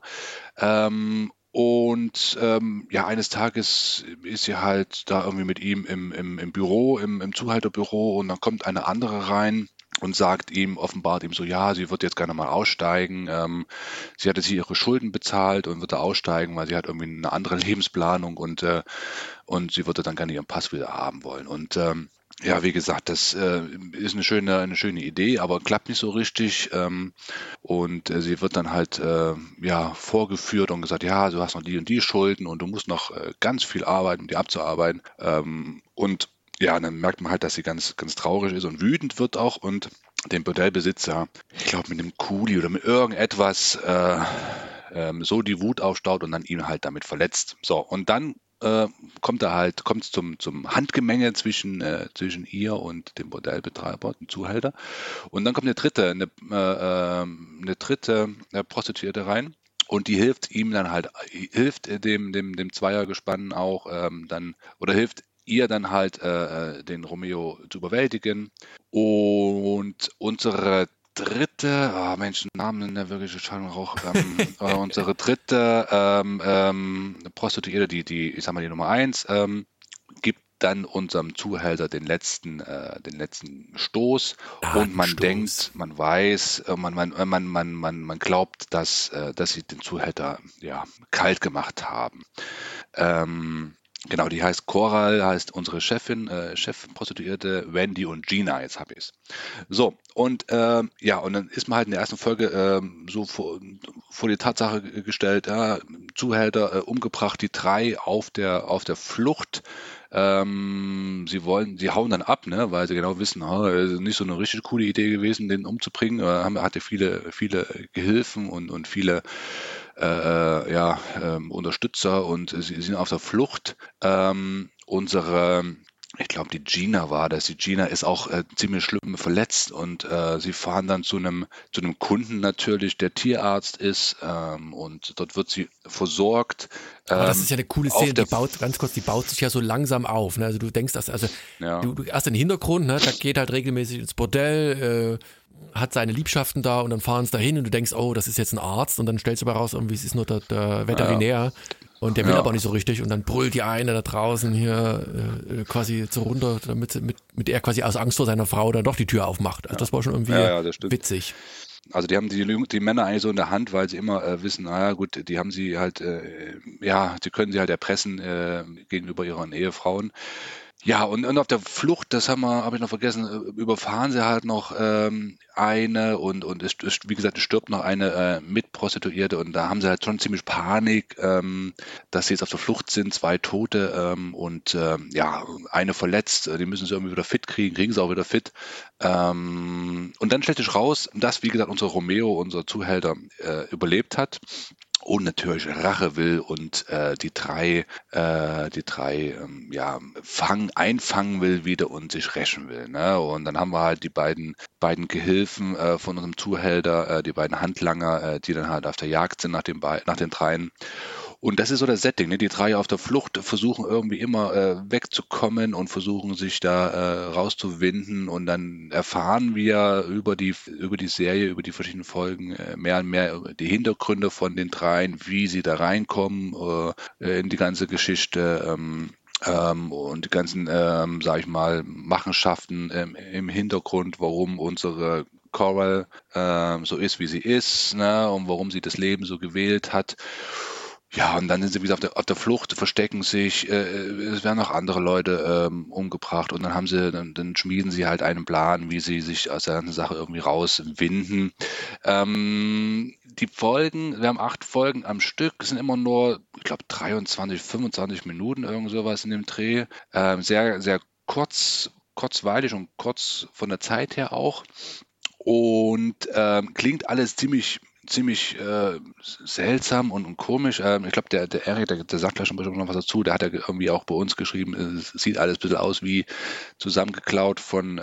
C: Ja, eines Tages ist sie halt da irgendwie mit ihm im Büro, im Zuhälterbüro und dann kommt eine andere rein und offenbart ihm so, ja, sie wird jetzt gerne mal aussteigen. Sie hatte sich ihre Schulden bezahlt und wird da aussteigen, weil sie hat irgendwie eine andere Lebensplanung und sie würde dann gerne ihren Pass wieder haben wollen. Und ja, wie gesagt, das ist eine schöne Idee, aber klappt nicht so richtig. Und sie wird dann halt ja, vorgeführt und gesagt, ja, du hast noch die und die Schulden und du musst noch ganz viel arbeiten, um die abzuarbeiten. Und ja, dann merkt man halt, dass sie ganz, ganz traurig ist und wütend wird auch und den Bordellbesitzer, ich glaube mit einem Kuli oder mit irgendetwas so die Wut aufstaut und dann ihn halt damit verletzt. So, und dann kommt es zum Handgemenge zwischen ihr und dem Bordellbetreiber, dem Zuhälter. Und dann kommt eine dritte Prostituierte rein. Und die hilft ihm dann halt, hilft dem Zweiergespann auch hilft ihr dann halt den Romeo zu überwältigen. Und unsere dritte, Mensch, Namen in der wirklichen Schallung auch, unsere dritte Prostituierte, ich sag mal die Nummer eins, gibt dann unserem Zuhälter den letzten Stoß und man denkt, man weiß, man glaubt, dass sie den Zuhälter ja kalt gemacht haben. Genau, die heißt Coral, heißt unsere Chefprostituierte Wendy und Gina, jetzt habe ich es. So, und ja, und dann ist man halt in der ersten Folge so vor die Tatsache gestellt, ja, Zuhälter umgebracht, die drei auf der Flucht. Sie hauen dann ab, ne, weil sie genau wissen, nicht so eine richtig coole Idee gewesen, den umzubringen. Hatte viele Gehilfen und viele Unterstützer und sie sind auf der Flucht. Ich glaube, die Gina war das. Die Gina ist auch ziemlich schlimm verletzt und sie fahren dann zu einem Kunden natürlich, der Tierarzt ist und dort wird sie versorgt.
A: Aber das ist ja eine coole Szene, die baut sich ja so langsam auf. Ne? Also du denkst, du hast den Hintergrund, ne? Da geht halt regelmäßig ins Bordell, hat seine Liebschaften da und dann fahren sie dahin und du denkst, oh, das ist jetzt ein Arzt und dann stellst du aber raus, irgendwie es ist nur der Veterinär und der will aber nicht so richtig und dann brüllt die eine da draußen hier quasi so runter, damit er quasi aus Angst vor seiner Frau dann doch die Tür aufmacht. Also das war schon irgendwie witzig.
C: Also die haben die Männer eigentlich so in der Hand, weil sie immer wissen, naja gut, die haben sie halt, sie können sie halt erpressen gegenüber ihren Ehefrauen. Ja, und auf der Flucht, habe ich noch vergessen, überfahren sie halt noch eine und wie gesagt, es stirbt noch eine Mitprostituierte und da haben sie halt schon ziemlich Panik, dass sie jetzt auf der Flucht sind, 2 Tote eine verletzt, die müssen sie irgendwie wieder fit kriegen sie auch wieder fit. Und dann stellt sich raus, dass, wie gesagt, unser Romeo, unser Zuhälter, überlebt hat. Und natürlich Rache will und die drei einfangen will wieder und sich rächen will. Ne? Und dann haben wir halt die beiden Gehilfen von unserem Zuhälter, die beiden Handlanger, die dann halt auf der Jagd sind nach den dreien. Und das ist so das Setting, ne? Die drei auf der Flucht versuchen irgendwie immer wegzukommen und versuchen sich da rauszuwinden und dann erfahren wir über die Serie, über die verschiedenen Folgen mehr und mehr über die Hintergründe von den dreien, wie sie da reinkommen in die ganze Geschichte und die ganzen, sag ich mal, Machenschaften im Hintergrund, warum unsere Coral so ist, wie sie ist, ne? Und warum sie das Leben so gewählt hat. Ja, und dann sind sie wieder auf der Flucht, verstecken sich, es werden auch andere Leute umgebracht und dann schmieden sie halt einen Plan, wie sie sich aus der ganzen Sache irgendwie rauswinden. Die Folgen, wir haben 8 Folgen am Stück, sind immer nur, ich glaube, 23, 25 Minuten, irgend sowas in dem Dreh. Sehr, sehr kurzweilig und kurz von der Zeit her auch. Und klingt alles ziemlich seltsam und komisch. Ich glaube, der Erik, der sagt gleich schon noch was dazu. Der hat ja irgendwie auch bei uns geschrieben, es sieht alles ein bisschen aus wie zusammengeklaut von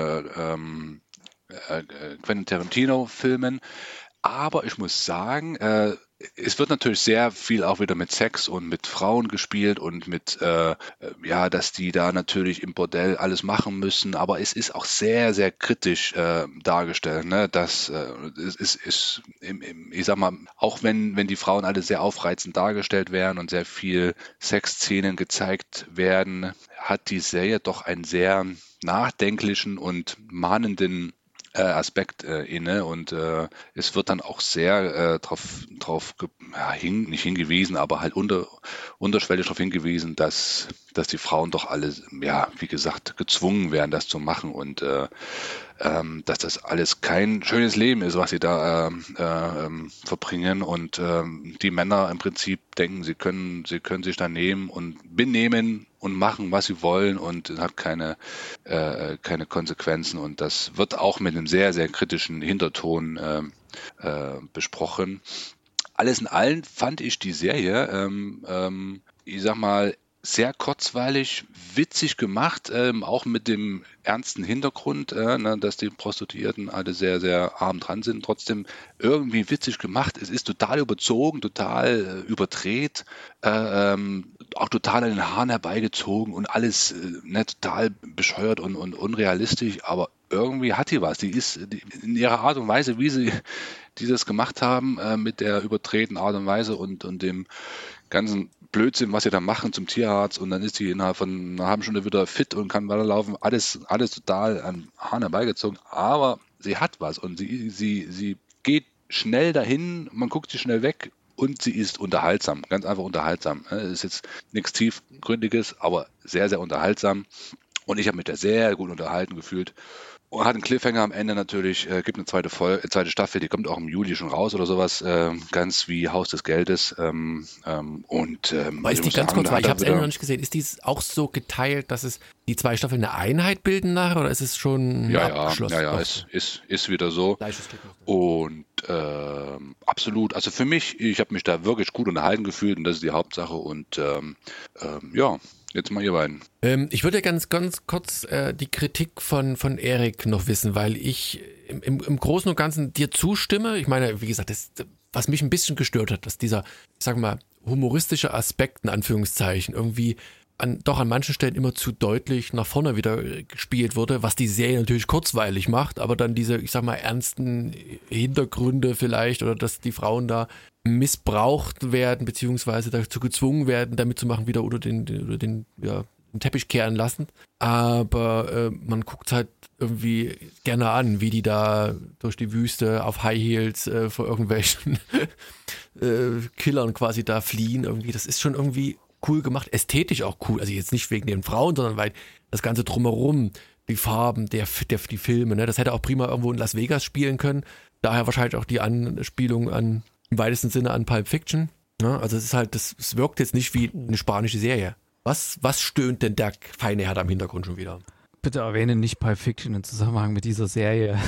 C: Quentin Tarantino-Filmen. Aber ich muss sagen, es wird natürlich sehr viel auch wieder mit Sex und mit Frauen gespielt und mit, dass die da natürlich im Bordell alles machen müssen. Aber es ist auch sehr, sehr kritisch dargestellt. Ne? Das ist ich sag mal, auch wenn die Frauen alle sehr aufreizend dargestellt werden und sehr viel Sexszenen gezeigt werden, hat die Serie doch einen sehr nachdenklichen und mahnenden Aspekt inne und es wird dann auch sehr nicht hingewiesen, aber halt unterschwellig darauf hingewiesen, dass die Frauen doch alle, wie gesagt, gezwungen werden, das zu machen und dass das alles kein schönes Leben ist, was sie da verbringen und die Männer im Prinzip denken, sie können sich da nehmen und benehmen und machen, was sie wollen und es hat keine Konsequenzen und das wird auch mit einem sehr, sehr kritischen Hinterton besprochen. Alles in allem fand ich die Serie, ich sag mal, sehr kurzweilig, witzig gemacht, auch mit dem ernsten Hintergrund, dass die Prostituierten alle sehr, sehr arm dran sind, trotzdem irgendwie witzig gemacht. Es ist total überzogen, total überdreht, auch total an den Haaren herbeigezogen und alles total bescheuert und unrealistisch, aber irgendwie hat die was. Die ist in ihrer Art und Weise, wie sie das gemacht haben, mit der überdrehten Art und Weise und dem ganzen Blödsinn, was sie da machen zum Tierarzt und dann ist sie innerhalb von einer halben Stunde wieder fit und kann weiterlaufen. Alles total an Haaren herbeigezogen, aber sie hat was und sie geht schnell dahin, man guckt sie schnell weg und sie ist unterhaltsam, ganz einfach unterhaltsam. Es ist jetzt nichts Tiefgründiges, aber sehr, sehr unterhaltsam und ich habe mich da sehr gut unterhalten gefühlt. Und hat einen Cliffhanger am Ende natürlich, gibt eine zweite Staffel, die kommt auch im Juli schon raus oder sowas, ganz wie Haus des Geldes.
A: Ist die ganz kurz, weil ich habe es Ende noch nicht gesehen, ist die auch so geteilt, dass es die 2 Staffeln eine Einheit bilden nachher oder ist es schon abgeschlossen?
C: Ja, es ist wieder so. Und absolut, also für mich, ich habe mich da wirklich gut unterhalten gefühlt und das ist die Hauptsache und jetzt mal ihr beiden.
A: Ich würde ganz kurz die Kritik von Erik noch wissen, weil ich im Großen und Ganzen dir zustimme. Ich meine, wie gesagt, was mich ein bisschen gestört hat, dass dieser, ich sag mal, humoristische Aspekt, in Anführungszeichen, irgendwie doch an manchen Stellen immer zu deutlich nach vorne wieder gespielt wurde, was die Serie natürlich kurzweilig macht, aber dann diese, ich sag mal, ernsten Hintergründe vielleicht oder dass die Frauen da missbraucht werden, beziehungsweise dazu gezwungen werden, damit zu machen, wieder unter den Teppich kehren lassen. Aber man guckt halt irgendwie gerne an, wie die da durch die Wüste auf High Heels vor irgendwelchen Killern quasi da fliehen. Irgendwie, das ist schon irgendwie cool gemacht, ästhetisch auch cool. Also jetzt nicht wegen den Frauen, sondern weil das Ganze drumherum, die Farben, die Filme, ne, das hätte auch prima irgendwo in Las Vegas spielen können. Daher wahrscheinlich auch die Anspielung im weitesten Sinne an Pulp Fiction. Ne? Also es ist halt, es wirkt jetzt nicht wie eine spanische Serie. Was stöhnt denn der feine Herr da im Hintergrund schon wieder?
B: Bitte erwähne nicht Pulp Fiction im Zusammenhang mit dieser Serie.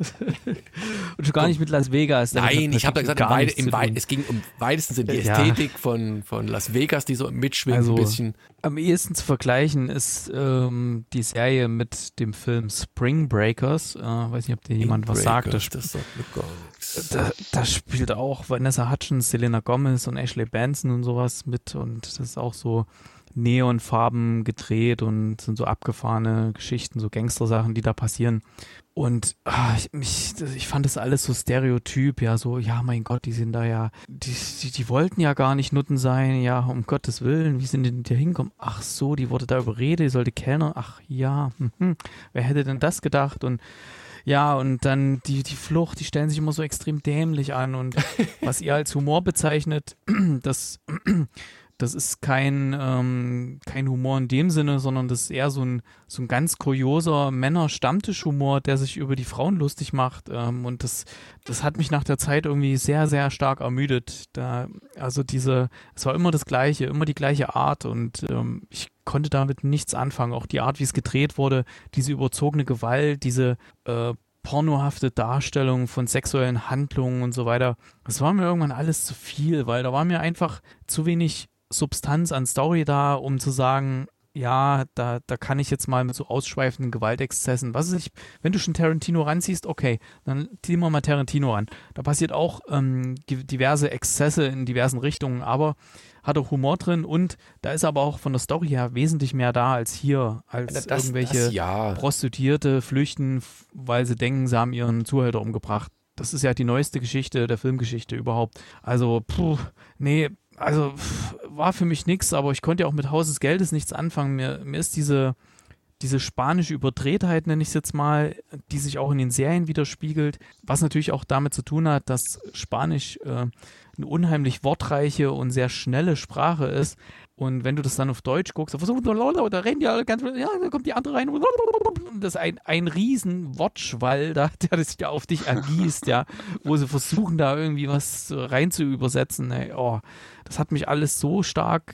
B: Und schon gar nicht mit Las Vegas.
A: Nein, ich habe da gesagt, es ging im weitesten Sinne die Ästhetik von Las Vegas, die so mitschwingt ein bisschen.
B: Am ehesten zu vergleichen ist die Serie mit dem Film Spring Breakers. Weiß nicht, ob dir jemand was sagt.
A: Das sagt mir gar nichts.
B: Da spielt auch Vanessa Hudgens, Selena Gomez und Ashley Benson und sowas mit. Und das ist auch so Neonfarben gedreht und sind so abgefahrene Geschichten, so Gangster-Sachen, die da passieren. Und ich fand das alles so stereotyp, ja, so, ja, mein Gott, die sind da ja, die wollten ja gar nicht Nutten sein, ja, um Gottes Willen, wie sind die denn hier hingekommen? Ach so, die wurde da überredet, die sollte Kellner, ach ja, wer hätte denn das gedacht? Und ja, und dann die Flucht, die stellen sich immer so extrem dämlich an und was ihr als Humor bezeichnet, das ist kein Humor in dem Sinne, sondern das ist eher so ein ganz kurioser Männer-Stammtisch-Humor, der sich über die Frauen lustig macht. Und das hat mich nach der Zeit irgendwie sehr, sehr stark ermüdet. Es war immer das Gleiche, immer die gleiche Art und ich konnte damit nichts anfangen. Auch die Art, wie es gedreht wurde, diese überzogene Gewalt, diese pornohafte Darstellung von sexuellen Handlungen und so weiter. Das war mir irgendwann alles zu viel, weil da war mir einfach zu wenig Substanz an Story da, um zu sagen, ja, da kann ich jetzt mal mit so ausschweifenden Gewaltexzessen, was weiß ich, wenn du schon Tarantino ranziehst, okay, dann ziehen wir mal Tarantino ran. Da passiert auch diverse Exzesse in diversen Richtungen, aber hat auch Humor drin und da ist aber auch von der Story her wesentlich mehr da als hier, als irgendwelche Prostituierte flüchten, weil sie denken, sie haben ihren Zuhälter umgebracht. Das ist ja die neueste Geschichte der Filmgeschichte überhaupt. Also, war für mich nichts, aber ich konnte ja auch mit Haus des Geldes nichts anfangen. Mir ist diese spanische Überdrehtheit, nenne ich es jetzt mal, die sich auch in den Serien widerspiegelt, was natürlich auch damit zu tun hat, dass Spanisch eine unheimlich wortreiche und sehr schnelle Sprache ist. Und wenn du das dann auf Deutsch guckst, da reden die alle ganz, da kommt die andere rein. Das ist ein riesen Wortschwall, der sich da auf dich ergießt, ja, wo sie versuchen, da irgendwie was rein zu übersetzen. Ey, das hat mich alles so stark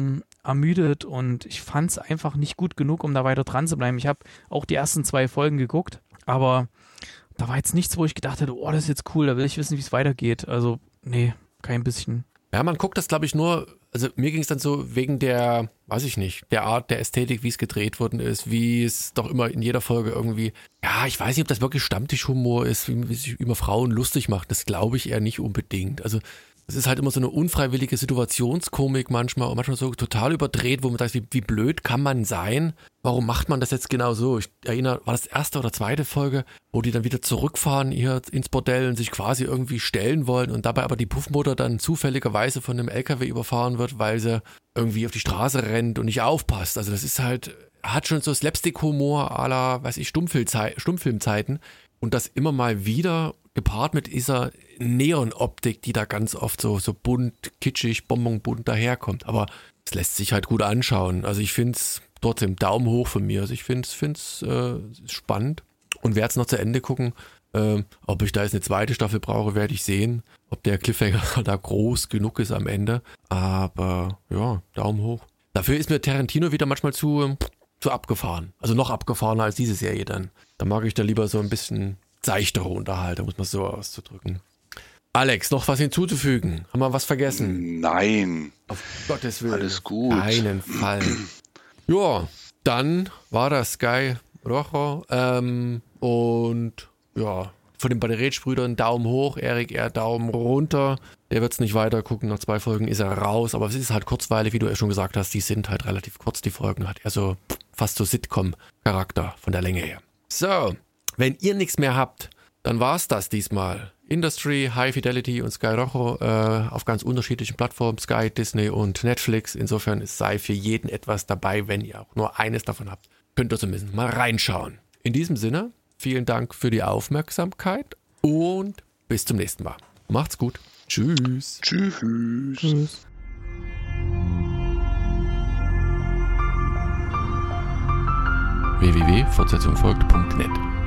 B: ermüdet und ich fand es einfach nicht gut genug, um da weiter dran zu bleiben. Ich habe auch die ersten 2 Folgen geguckt, aber da war jetzt nichts, wo ich gedacht hätte, das ist jetzt cool, da will ich wissen, wie es weitergeht. Also, nee, kein bisschen.
A: Ja, man guckt das, glaube ich, nur, also mir ging es dann so wegen der, weiß ich nicht, der Art, der Ästhetik, wie es gedreht worden ist, wie es doch immer in jeder Folge irgendwie, ja, ich weiß nicht, ob das wirklich Stammtischhumor ist, wie sich über Frauen lustig macht, das glaube ich eher nicht unbedingt. Also es ist halt immer so eine unfreiwillige Situationskomik manchmal und manchmal so total überdreht, wo man sagt, wie blöd kann man sein? Warum macht man das jetzt genau so? Ich erinnere, war das 1. oder 2. Folge, wo die dann wieder zurückfahren hier ins Bordell und sich quasi irgendwie stellen wollen und dabei aber die Puffmutter dann zufälligerweise von einem LKW überfahren wird, weil sie irgendwie auf die Straße rennt und nicht aufpasst. Also das ist halt, hat schon so Slapstick-Humor à la, weiß ich, Stummfilmzeiten und das immer mal wieder gepaart mit dieser Neon-Optik, die da ganz oft so bunt, kitschig, bonbonbunt daherkommt. Aber es lässt sich halt gut anschauen. Also ich finde es trotzdem Daumen hoch von mir. Also ich finde es spannend und werde es noch zu Ende gucken. Ob ich da jetzt eine 2. Staffel brauche, werde ich sehen. Ob der Cliffhanger da groß genug ist am Ende. Aber ja, Daumen hoch. Dafür ist mir Tarantino wieder manchmal zu abgefahren. Also noch abgefahrener als diese Serie dann. Da mag ich da lieber so ein bisschen seichtere Unterhaltung, muss man so auszudrücken. Alex, noch was hinzuzufügen? Haben wir was vergessen?
C: Nein.
A: Auf Gottes Willen.
C: Alles gut.
A: Keinen Fall. Ja, dann war das Sky Rojo. Und ja, von den Baderetsch-Brüdern Daumen hoch, Erik eher Daumen runter. Der wird es nicht weiter gucken, nach 2 Folgen ist er raus. Aber es ist halt kurzweilig, wie du schon gesagt hast, die sind halt relativ kurz, die Folgen. Hat er so fast so Sitcom-Charakter von der Länge her. So. Wenn ihr nichts mehr habt, dann war's das diesmal. Industry, High Fidelity und Sky Rojo auf ganz unterschiedlichen Plattformen, Sky, Disney und Netflix. Insofern es sei für jeden etwas dabei, wenn ihr auch nur eines davon habt. Könnt ihr zumindest mal reinschauen. In diesem Sinne, vielen Dank für die Aufmerksamkeit und bis zum nächsten Mal. Macht's gut. Tschüss.
C: Tschüss.
B: Tschüss.
A: www.fortsetzungfolgt.net